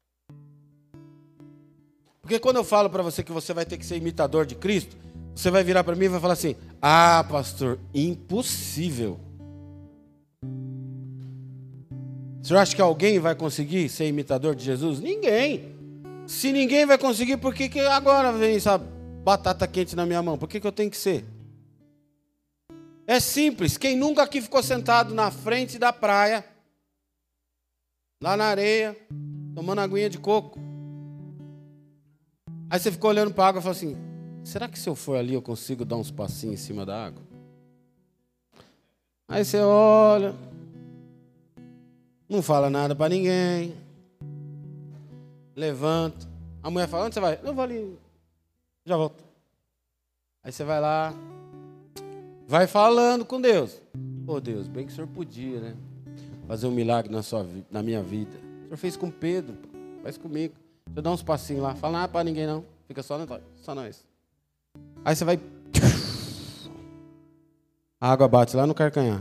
Porque quando eu falo para você que você vai ter que ser imitador de Cristo, você vai virar para mim e vai falar assim: ah, pastor, impossível. O senhor acha que alguém vai conseguir ser imitador de Jesus? Ninguém. Se ninguém vai conseguir, por que agora vem essa batata quente na minha mão? Por que eu tenho que ser? É simples. Quem nunca aqui ficou sentado na frente da praia, lá na areia, tomando aguinha de coco? Aí você ficou olhando para a água e falou assim: será que se eu for ali eu consigo dar uns passinhos em cima da água? Aí você olha, não fala nada para ninguém, levanta. A mulher fala: onde você vai? Eu vou ali, já volto. Aí você vai lá, vai falando com Deus. Pô, Deus, bem que o senhor podia, né? Fazer um milagre na minha vida. O senhor fez com Pedro, faz comigo. Deixa eu dar uns passinhos lá. Fala nada pra ninguém não. Fica só nós. Aí você vai... A água bate lá no carcanhar.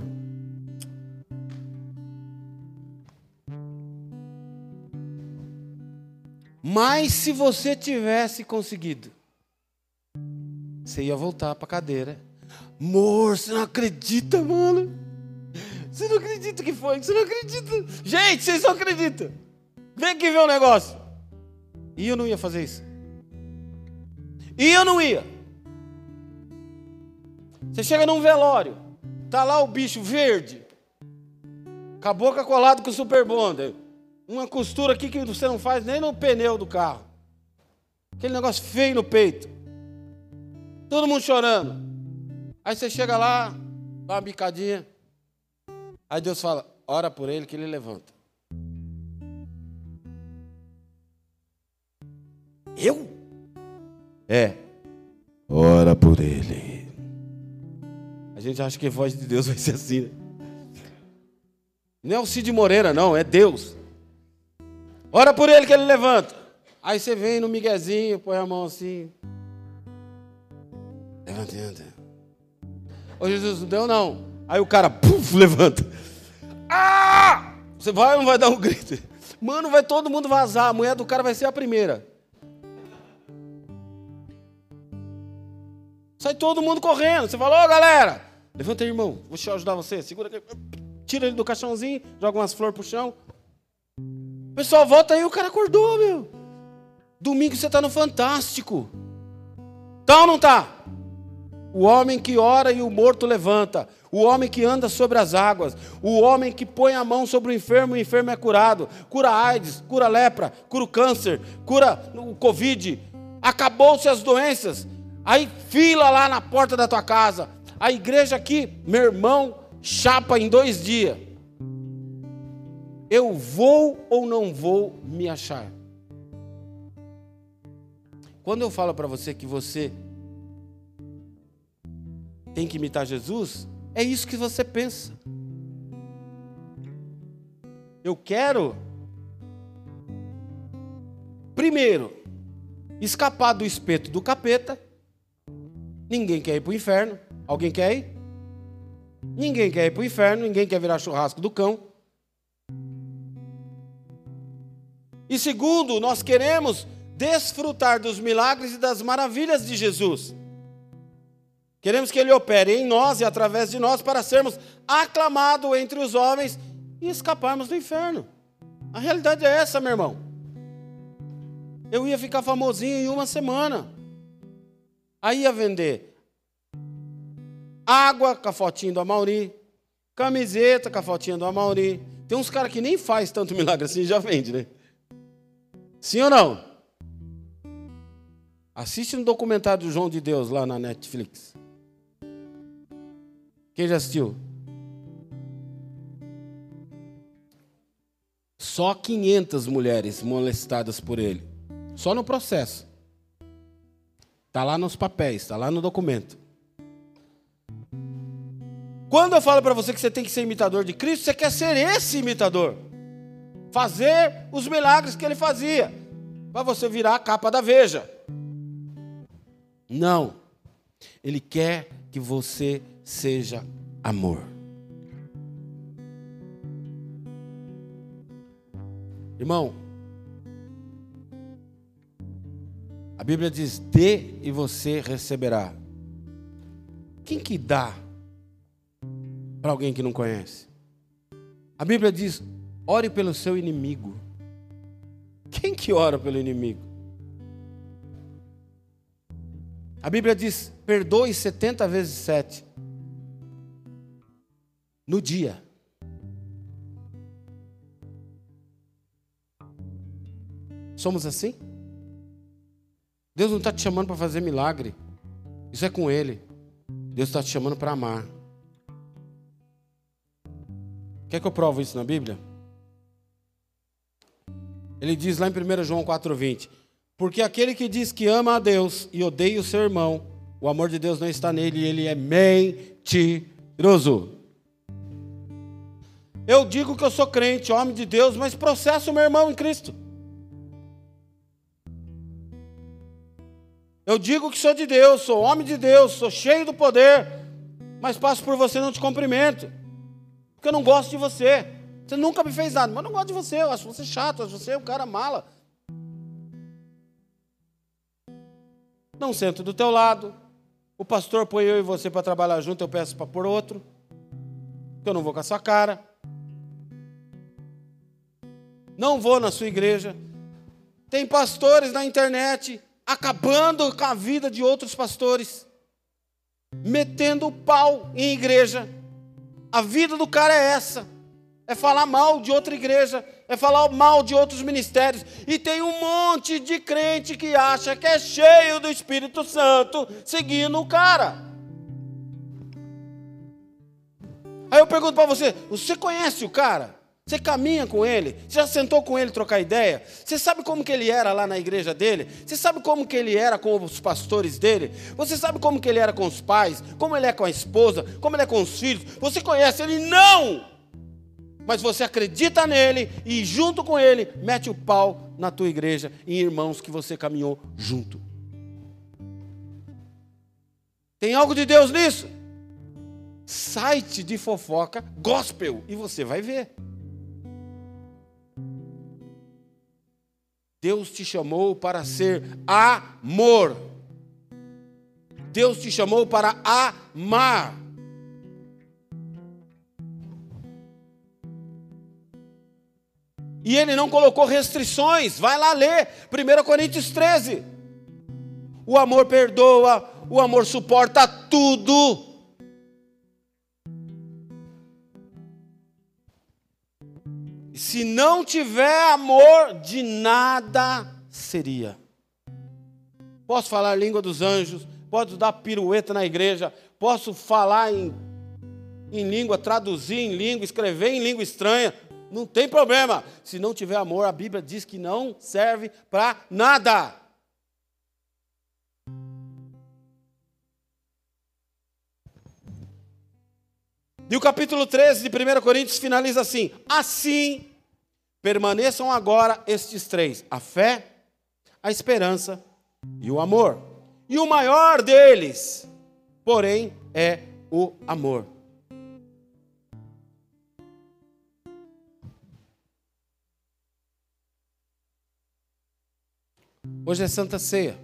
Mas se você tivesse conseguido, você ia voltar pra cadeira. Amor, você não acredita, mano? Você não acredita que foi? Você não acredita? Gente, vocês não acreditam. Vem aqui ver o negócio. E eu não ia fazer isso. E eu não ia. Você chega num velório, tá lá o bicho verde, com a boca colada com o Super Bonder, uma costura aqui que você não faz nem no pneu do carro. Aquele negócio feio no peito. Todo mundo chorando. Aí você chega lá, dá uma bicadinha. Aí Deus fala: ora por ele que ele levanta. Eu? É. Ora por ele. A gente acha que a voz de Deus vai ser assim, né? Não é o Cid Moreira, não, é Deus. Ora por ele que ele levanta. Aí você vem no miguezinho, põe a mão assim. Levanta. Ô Jesus, não deu não. Aí o cara, puf, levanta. Ah! Você vai ou não vai dar um grito? Mano, vai todo mundo vazar. A mulher do cara vai ser a primeira. Sai todo mundo correndo. Você fala: ô galera, levanta aí, irmão, vou ajudar você. Segura aqui. Tira ele do caixãozinho, joga umas flores pro chão. O pessoal volta aí, o cara acordou, meu. Domingo você tá no Fantástico. Tá ou não tá? O homem que ora e o morto levanta. O homem que anda sobre as águas. O homem que põe a mão sobre o enfermo é curado. Cura a AIDS, cura a lepra, cura o câncer, cura o Covid. Acabou-se as doenças. Aí fila lá na porta da tua casa. A igreja aqui, meu irmão, chapa em 2 dias. eu vou ou não vou me achar? Quando eu falo para você que você tem que imitar Jesus, é isso que você pensa. Eu quero, primeiro, escapar do espeto do capeta. Ninguém quer ir para o inferno. Alguém quer ir? Ninguém quer ir para o inferno, ninguém quer virar churrasco do cão. E segundo, nós queremos desfrutar dos milagres e das maravilhas de Jesus. Queremos que Ele opere em nós e através de nós para sermos aclamados entre os homens e escaparmos do inferno. A realidade é essa, meu irmão. Eu ia ficar famosinho em uma semana. Aí ia vender água com a fotinha do Amaury, camiseta com a fotinha do Amaury. Tem uns caras que nem faz tanto milagre assim, já vende, né? Sim ou não? Assiste um documentário do João de Deus lá na Netflix. Quem já assistiu? Só 500 mulheres molestadas por ele. Só no processo. Está lá nos papéis, está lá no documento. Quando eu falo para você que você tem que ser imitador de Cristo, você quer ser esse imitador. Fazer os milagres que ele fazia. Para você virar a capa da Veja. Não. Ele quer que você seja amor. Irmão, a Bíblia diz: dê e você receberá. Quem que dá para alguém que não conhece? A Bíblia diz: ore pelo seu inimigo. Quem que ora pelo inimigo? A Bíblia diz: perdoe 70 vezes 7 no dia. Somos assim? Deus não está te chamando para fazer milagre. Isso é com Ele. Deus está te chamando para amar. Quer que eu provo isso na Bíblia? Ele diz lá em 1 João 4,20: porque aquele que diz que ama a Deus e odeia o seu irmão, o amor de Deus não está nele e ele é mentiroso. Eu digo que eu sou crente, homem de Deus, mas processo o meu irmão em Cristo. Eu digo que sou de Deus, sou homem de Deus, sou cheio do poder, mas passo por você e não te cumprimento, porque eu não gosto de você. Você nunca me fez nada, mas eu não gosto de você, eu acho você chato, eu acho você um cara mala. Não sento do teu lado, o pastor põe eu e você para trabalhar junto, eu peço para pôr outro, porque eu não vou com a sua cara. Não vou na sua igreja. Tem pastores na internet acabando com a vida de outros pastores, metendo o pau em igreja. A vida do cara é essa, é falar mal de outra igreja, é falar mal de outros ministérios. E tem um monte de crente que acha que é cheio do Espírito Santo seguindo o cara. Aí eu pergunto para você, você conhece o cara? Você caminha com ele? Você já sentou com ele trocar ideia? Você sabe como que ele era lá na igreja dele? Você sabe como que ele era com os pastores dele? Você sabe como que ele era com os pais? Como ele é com a esposa? Como ele é com os filhos? Você conhece ele? Não! Mas você acredita nele e junto com ele mete o pau na tua igreja, em irmãos que você caminhou junto. Tem algo de Deus nisso? Site de fofoca gospel e você vai ver. Deus te chamou para ser amor. Deus te chamou para amar. E Ele não colocou restrições. Vai lá ler 1 Coríntios 13. O amor perdoa, o amor suporta tudo. Se não tiver amor, de nada seria. Posso falar a língua dos anjos, posso dar pirueta na igreja, posso falar em língua, traduzir em língua, escrever em língua estranha. não tem problema. Se não tiver amor, a Bíblia diz que não serve para nada. E o capítulo 13 de 1 Coríntios finaliza assim: assim, permaneçam agora estes três: a fé, a esperança e o amor. E o maior deles, porém, é o amor. Hoje é Santa Ceia.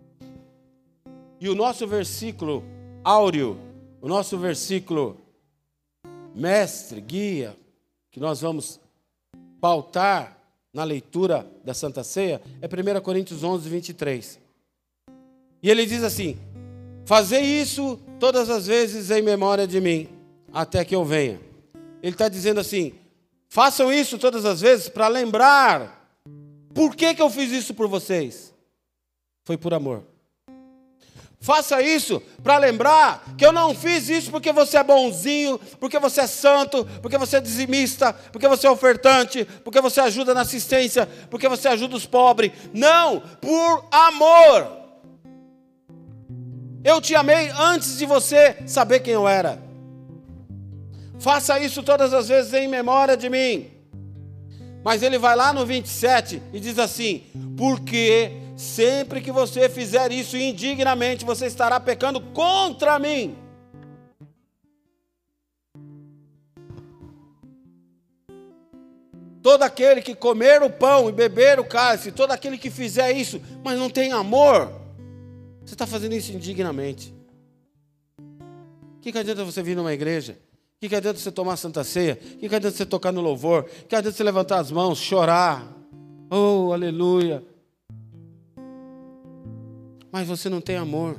E o nosso versículo áureo, o nosso versículo mestre, guia, que nós vamos pautar na leitura da Santa Ceia, é 1 Coríntios 11, 23. E ele diz assim: fazei isso todas as vezes em memória de mim, até que eu venha. Ele está dizendo assim: façam isso todas as vezes para lembrar. Por que eu fiz isso por vocês? Foi por amor. Faça isso para lembrar que eu não fiz isso porque você é bonzinho, porque você é santo, porque você é dizimista, porque você é ofertante, porque você ajuda na assistência, porque você ajuda os pobres. Não, por amor. Eu te amei antes de você saber quem eu era. Faça isso todas as vezes em memória de mim. Mas ele vai lá no 27 e diz assim: porque sempre que você fizer isso indignamente, você estará pecando contra mim. Todo aquele que comer o pão e beber o cálice, todo aquele que fizer isso, mas não tem amor, você está fazendo isso indignamente. O que adianta você vir numa igreja? O que adianta você tomar Santa Ceia? O que adianta você tocar no louvor? O que adianta você levantar as mãos, chorar? Oh, aleluia! Mas você não tem amor.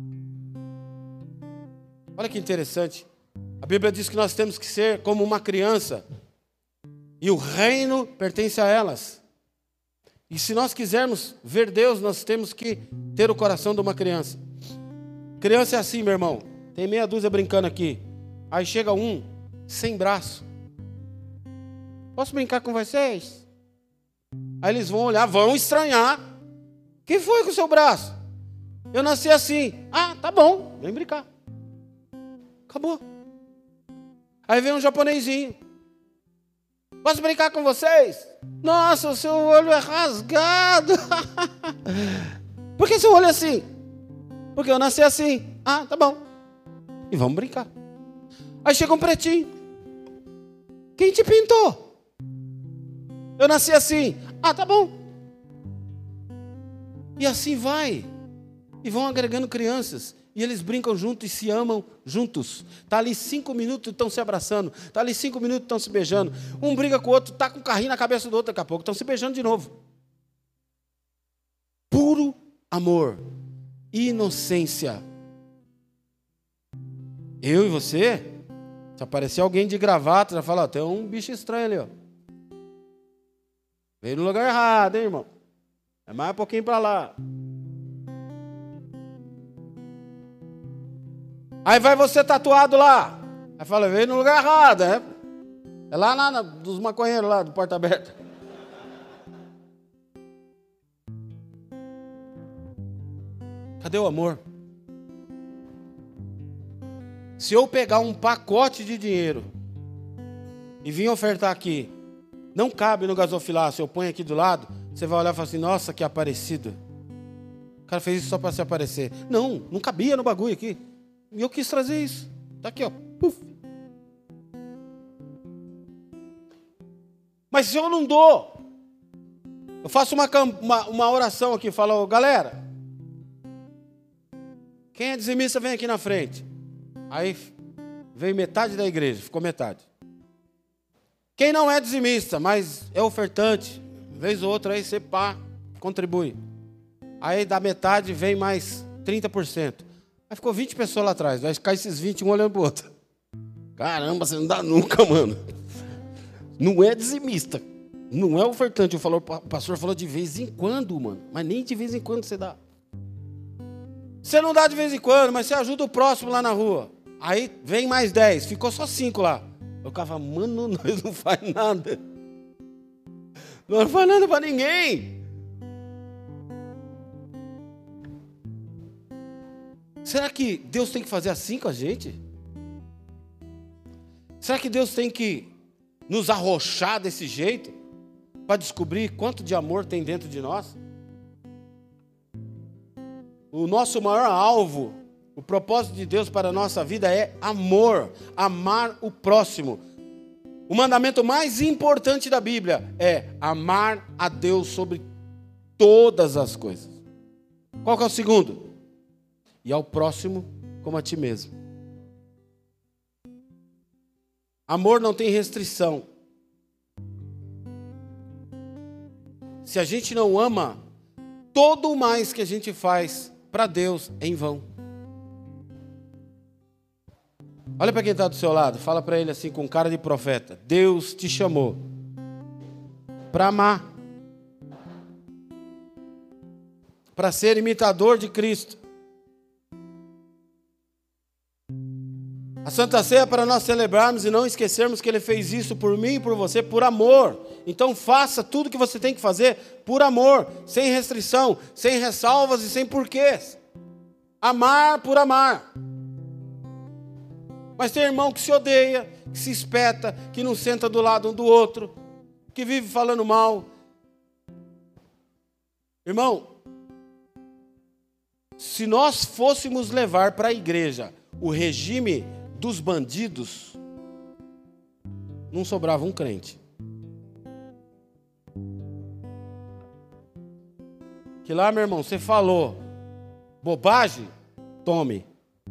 Olha que interessante. A Bíblia diz que nós temos que ser como uma criança. E o reino pertence a elas. E se nós quisermos ver Deus, nós temos que ter o coração de uma criança. Criança é assim, meu irmão. Tem meia dúzia brincando aqui. Aí chega um sem braço. Posso brincar com vocês? Aí eles vão olhar, vão estranhar. O que foi com o seu braço? Eu nasci assim. Ah, tá bom, vem brincar. Acabou. Aí vem um japonesinho. Posso brincar com vocês? Nossa, o seu olho é rasgado. Por que seu olho é assim? Porque eu nasci assim. Ah, tá bom. E vamos brincar. Aí chega um pretinho. Quem te pintou? Eu nasci assim. Ah, tá bom. E assim vai. E vão agregando crianças. E eles brincam juntos e se amam juntos. Está ali 5 minutos, estão se abraçando. Está ali 5 minutos, estão se beijando. Um briga com o outro, está com um carrinho na cabeça do outro, daqui a pouco estão se beijando de novo. Puro amor. Inocência. Eu e você, se aparecer alguém de gravata, já fala: ó, tem um bicho estranho ali, ó. Veio no lugar errado, hein, irmão? É mais um pouquinho para lá. Aí vai você tatuado lá. Aí fala: veio no lugar errado, né? É lá dos maconheiros lá, do porta aberta. Cadê o amor? Se eu pegar um pacote de dinheiro e vir ofertar aqui, não cabe no gasofilácio, eu ponho aqui do lado, você vai olhar e falar assim: nossa, que aparecido. O cara fez isso só para se aparecer. Não cabia no bagulho aqui. E eu quis trazer isso. Está aqui, ó. Puf. Mas se eu não dou, eu faço uma oração aqui, falo: galera, quem é dizimista vem aqui na frente. Aí veio metade da igreja, ficou metade. Quem não é dizimista, mas é ofertante, vez ou outra aí você contribui. Aí da metade vem mais 30%. Aí ficou 20 pessoas lá atrás. Vai ficar esses 20, um olhando pro outro. Caramba, você não dá nunca, mano. Não é dizimista. Não é ofertante. O pastor falou de vez em quando, mano. Mas nem de vez em quando você dá. Você não dá de vez em quando, mas você ajuda o próximo lá na rua. Aí vem mais 10. Ficou só 5 lá. Eu ficava: mano, nós não faz nada. Não faz nada para ninguém. Será que Deus tem que fazer assim com a gente? Será que Deus tem que nos arrochar desse jeito para descobrir quanto de amor tem dentro de nós? O nosso maior alvo, o propósito de Deus para a nossa vida é amor, amar o próximo. O mandamento mais importante da Bíblia é amar a Deus sobre todas as coisas. Qual que é o segundo? E ao próximo como a ti mesmo. Amor não tem restrição. Se a gente não ama, todo o mais que a gente faz para Deus é em vão. Olha para quem está do seu lado, fala para ele assim com cara de profeta: Deus te chamou para amar, para ser imitador de Cristo. A Santa Ceia é para nós celebrarmos e não esquecermos que Ele fez isso por mim e por você, por amor. Então faça tudo o que você tem que fazer por amor, sem restrição, sem ressalvas e sem porquês. Amar por amar. Mas tem irmão que se odeia, que se espeta, que não senta do lado um do outro, que vive falando mal. Irmão, se nós fôssemos levar para a igreja o regime dos bandidos, não sobrava um crente. Que lá, meu irmão, você falou bobagem? Tome.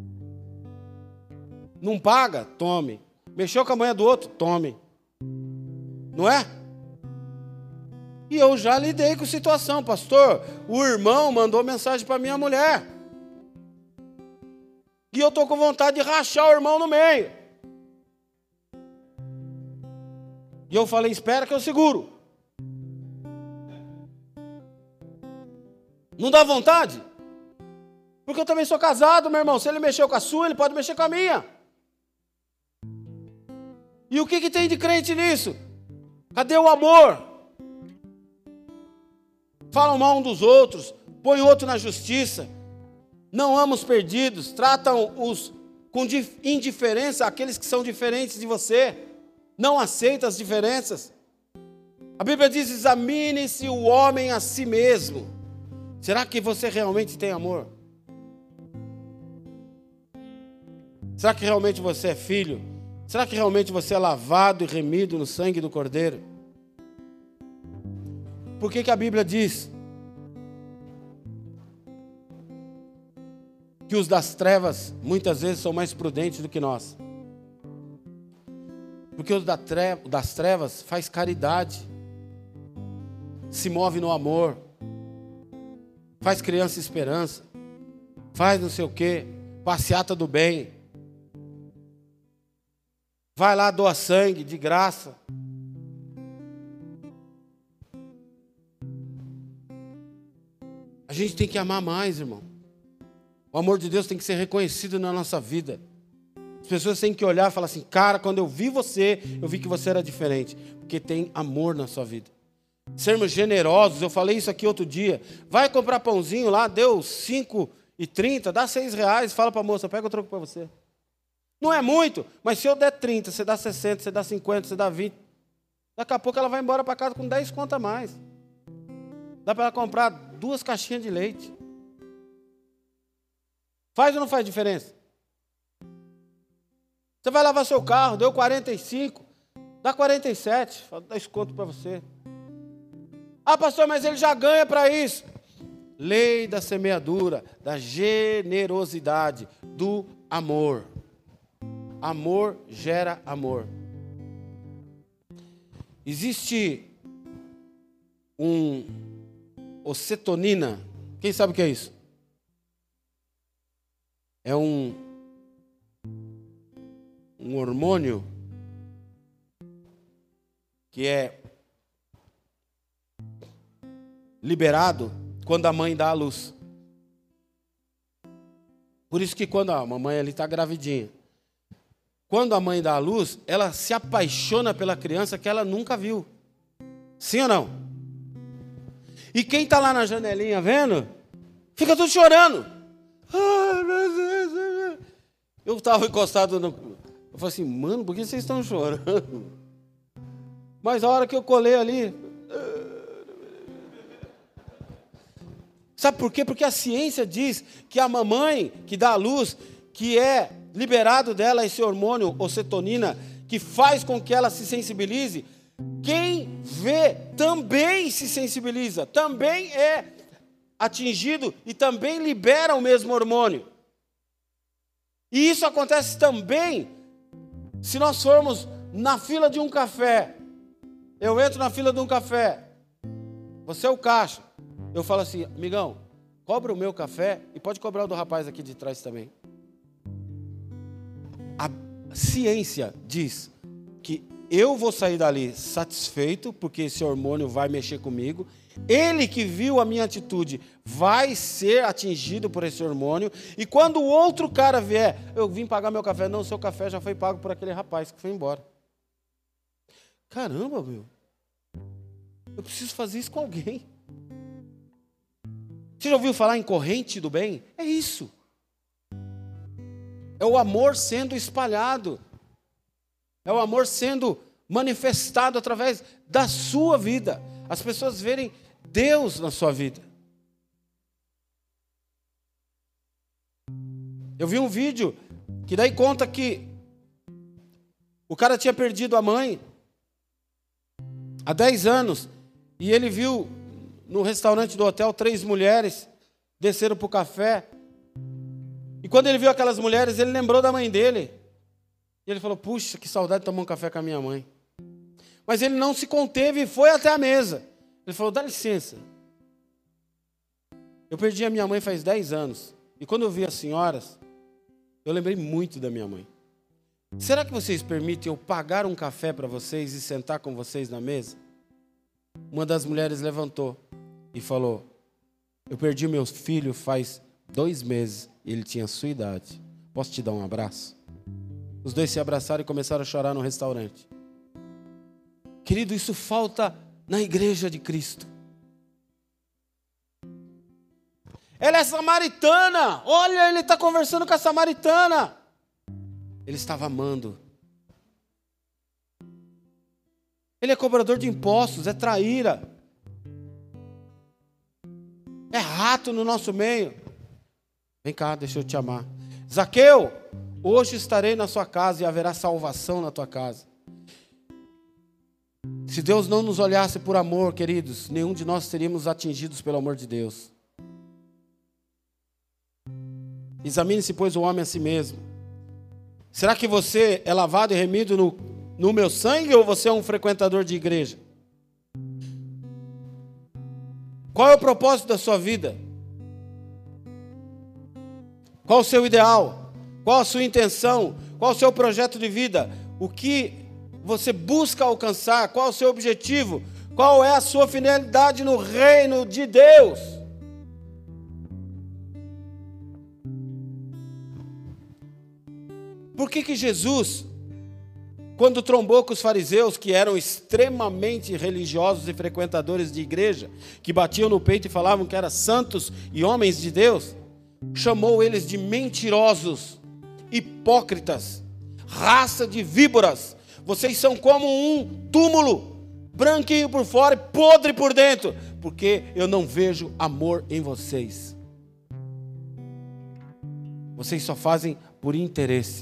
Não paga? Tome. Mexeu com a mulher do outro? Tome. Não é? E eu já lidei com a situação, pastor. O irmão mandou mensagem para minha mulher. E eu estou com vontade de rachar o irmão no meio. E eu falei, espera que eu seguro. Não dá vontade? Porque eu também sou casado, meu irmão. Se ele mexeu com a sua, ele pode mexer com a minha. E o que tem de crente nisso? Cadê o amor? Falam mal um dos outros, põe o outro na justiça. Não ama os perdidos, tratam-os com indiferença aqueles que são diferentes de você. Não aceita as diferenças. A Bíblia diz, examine-se o homem a si mesmo. Será que você realmente tem amor? Será que realmente você é filho? Será que realmente você é lavado e remido no sangue do Cordeiro? Por que a Bíblia diz que os das trevas muitas vezes são mais prudentes do que nós? Porque os das trevas faz caridade, se move no amor, faz criança esperança, faz não sei o quê, passeata do bem, vai lá, doa sangue de graça. A gente tem que amar mais, irmão. O amor de Deus tem que ser reconhecido na nossa vida. As pessoas têm que olhar e falar assim, cara, quando eu vi você, eu vi que você era diferente. Porque tem amor na sua vida. Sermos generosos, eu falei isso aqui outro dia. Vai comprar pãozinho lá, deu 5,30, dá R$6, fala para a moça, pega o troco para você. Não é muito, mas se eu der 30, você dá 60, você dá 50, você dá 20. Daqui a pouco ela vai embora para casa com 10 conto a mais. Dá para ela comprar 2 caixinhas de leite. Faz ou não faz diferença? Você vai lavar seu carro, deu 45, dá 47, dá desconto para você. Ah, pastor, mas ele já ganha para isso. Lei da semeadura, da generosidade, do amor. Amor gera amor. Existe ocetonina. Quem sabe o que é isso? É um hormônio que é liberado quando a mãe dá à luz. Por isso que quando a mamãe ali está gravidinha, quando a mãe dá à luz, ela se apaixona pela criança que ela nunca viu. Sim ou não? E quem está lá na janelinha vendo, fica tudo chorando. Ai, meu Deus. Eu estava encostado no... Eu falei assim, mano, por que vocês estão chorando? Mas a hora que eu colei ali... Sabe por quê? Porque a ciência diz que a mamãe que dá a luz, que é liberado dela esse hormônio, ocitocina, que faz com que ela se sensibilize, quem vê também se sensibiliza, também é atingido e também libera o mesmo hormônio. E isso acontece também se nós formos na fila de um café. Eu entro na fila de um café, você é o caixa. Eu falo assim, amigão, cobra o meu café e pode cobrar o do rapaz aqui de trás também. A ciência diz que eu vou sair dali satisfeito, porque esse hormônio vai mexer comigo. Ele que viu a minha atitude vai ser atingido por esse hormônio. E quando o outro cara vier, eu vim pagar meu café. Não, seu café já foi pago por aquele rapaz que foi embora. Caramba, meu. Eu preciso fazer isso com alguém. Você já ouviu falar em corrente do bem? É isso. É o amor sendo espalhado. É o amor sendo manifestado através da sua vida. As pessoas verem Deus na sua vida. Eu vi um vídeo que daí conta que o cara tinha perdido a mãe há 10 anos e ele viu no restaurante do hotel 3 mulheres desceram para o café. E quando ele viu aquelas mulheres, ele lembrou da mãe dele. E ele falou, puxa, que saudade de tomar um café com a minha mãe. Mas ele não se conteve e foi até a mesa. Ele falou, dá licença. Eu perdi a minha mãe faz 10 anos. E quando eu vi as senhoras, eu lembrei muito da minha mãe. Será que vocês permitem eu pagar um café para vocês e sentar com vocês na mesa? Uma das mulheres levantou e falou, eu perdi meu filho faz 2 meses. Ele tinha a sua idade. Posso te dar um abraço? Os dois se abraçaram e começaram a chorar no restaurante. Querido, isso falta na igreja de Cristo. Ela é samaritana. Olha, ele está conversando com a samaritana. Ele estava amando. Ele é cobrador de impostos, é traíra. É rato no nosso meio. Vem cá, deixa eu te amar. Zaqueu, hoje estarei na sua casa e haverá salvação na tua casa. Se Deus não nos olhasse por amor, queridos, nenhum de nós seríamos atingidos pelo amor de Deus. Examine-se, pois, o homem a si mesmo. Será que você é lavado e remido no meu sangue ou você é um frequentador de igreja? Qual é o propósito da sua vida? Qual o seu ideal? Qual a sua intenção? Qual o seu projeto de vida? O que você busca alcançar? Qual o seu objetivo? Qual é a sua finalidade no reino de Deus? Por que Jesus, quando trombou com os fariseus, que eram extremamente religiosos e frequentadores de igreja, que batiam no peito e falavam que eram santos e homens de Deus, chamou eles de mentirosos, hipócritas, raça de víboras? Vocês são como um túmulo, branquinho por fora e podre por dentro, porque eu não vejo amor em vocês. Vocês só fazem por interesse.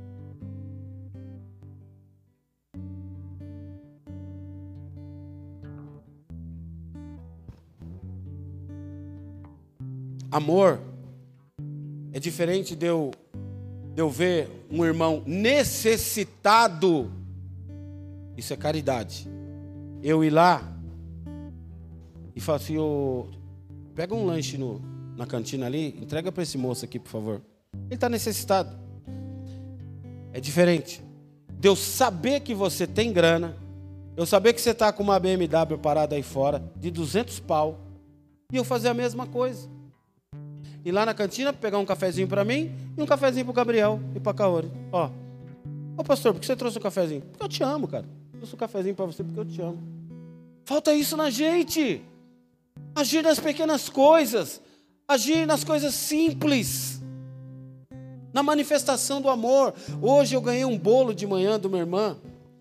Amor é diferente de eu ver um irmão necessitado. Isso é caridade. Eu ir lá e falar assim, pega um lanche na cantina ali, entrega para esse moço aqui, por favor. Ele está necessitado. É diferente. De eu saber que você tem grana, eu saber que você está com uma BMW parada aí fora, de 200 pau, e eu fazer a mesma coisa. Ir lá na cantina, pegar um cafezinho para mim e um cafezinho para o Gabriel e para a Kaori. Ô pastor, por que você trouxe um cafezinho? Porque eu te amo, cara. Eu trouxe um cafezinho para você porque eu te amo. Falta isso na gente. Agir nas pequenas coisas. Agir nas coisas simples. Na manifestação do amor. Hoje eu ganhei um bolo de manhã de uma irmã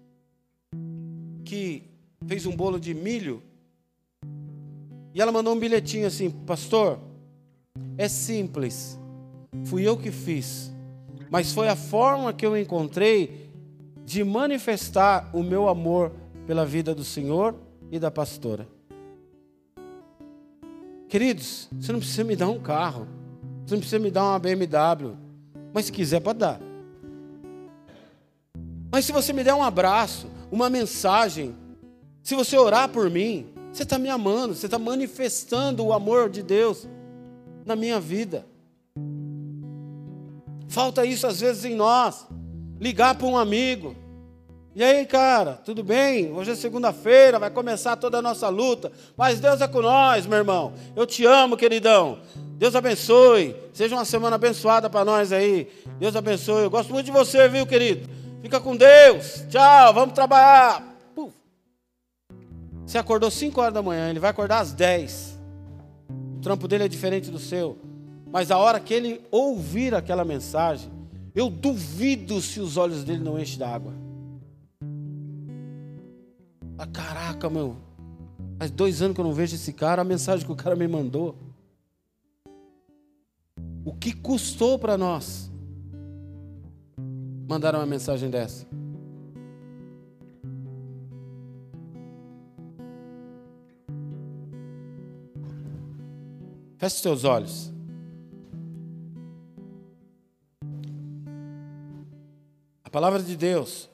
que fez um bolo de milho. E ela mandou um bilhetinho assim: pastor, é simples. Fui eu que fiz. Mas foi a forma que eu encontrei de manifestar o meu amor pela vida do Senhor e da pastora. Queridos, você não precisa me dar um carro. Você não precisa me dar uma BMW. Mas se quiser, pode dar. Mas se você me der um abraço, uma mensagem, se você orar por mim, você está me amando, você está manifestando o amor de Deus na minha vida. Falta isso às vezes em nós. Ligar para um amigo. E aí, cara, tudo bem? Hoje é segunda-feira, vai começar toda a nossa luta. Mas Deus é com nós, meu irmão. Eu te amo, queridão. Deus abençoe. Seja uma semana abençoada para nós aí. Deus abençoe. Eu gosto muito de você, viu, querido? Fica com Deus. Tchau, vamos trabalhar. Puf. Você acordou 5 horas da manhã, ele vai acordar às 10. O trampo dele é diferente do seu. Mas a hora que ele ouvir aquela mensagem, eu duvido se os olhos dele não enchem d'água. Ah, caraca, meu. Faz 2 anos que eu não vejo esse cara, a mensagem que o cara me mandou. O que custou para nós mandar uma mensagem dessa? Feche seus olhos. A palavra de Deus,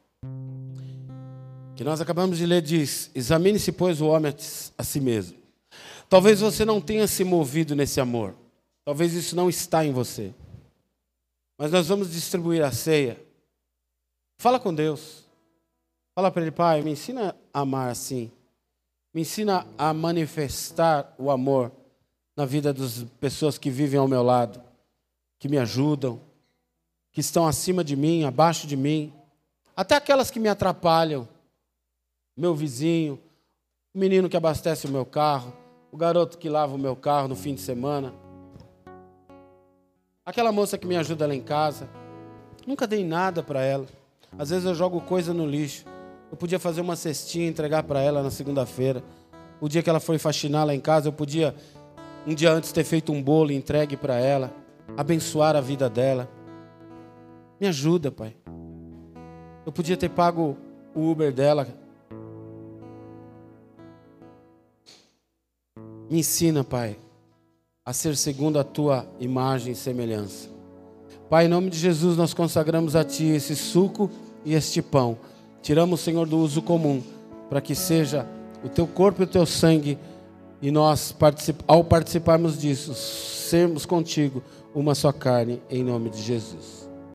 que nós acabamos de ler, diz: examine-se, pois, o homem a si mesmo. Talvez você não tenha se movido nesse amor. Talvez isso não está em você. Mas nós vamos distribuir a ceia. Fala com Deus. Fala para Ele: Pai, me ensina a amar assim. Me ensina a manifestar o amor na vida das pessoas que vivem ao meu lado, que me ajudam, que estão acima de mim, abaixo de mim, até aquelas que me atrapalham. Meu vizinho, o menino que abastece o meu carro, o garoto que lava o meu carro no fim de semana, aquela moça que me ajuda lá em casa. Nunca dei nada para ela. Às vezes eu jogo coisa no lixo. Eu podia fazer uma cestinha e entregar para ela na segunda-feira. O dia que ela foi faxinar lá em casa, eu podia, um dia antes, ter feito um bolo e entregue para ela, abençoar a vida dela. Me ajuda, Pai. Eu podia ter pago o Uber dela. Me ensina, Pai, a ser segundo a Tua imagem e semelhança. Pai, em nome de Jesus, nós consagramos a Ti esse suco e este pão. Tiramos, Senhor, do uso comum, para que seja o Teu corpo e o Teu sangue, e nós, ao participarmos disso, sermos contigo uma só carne, em nome de Jesus.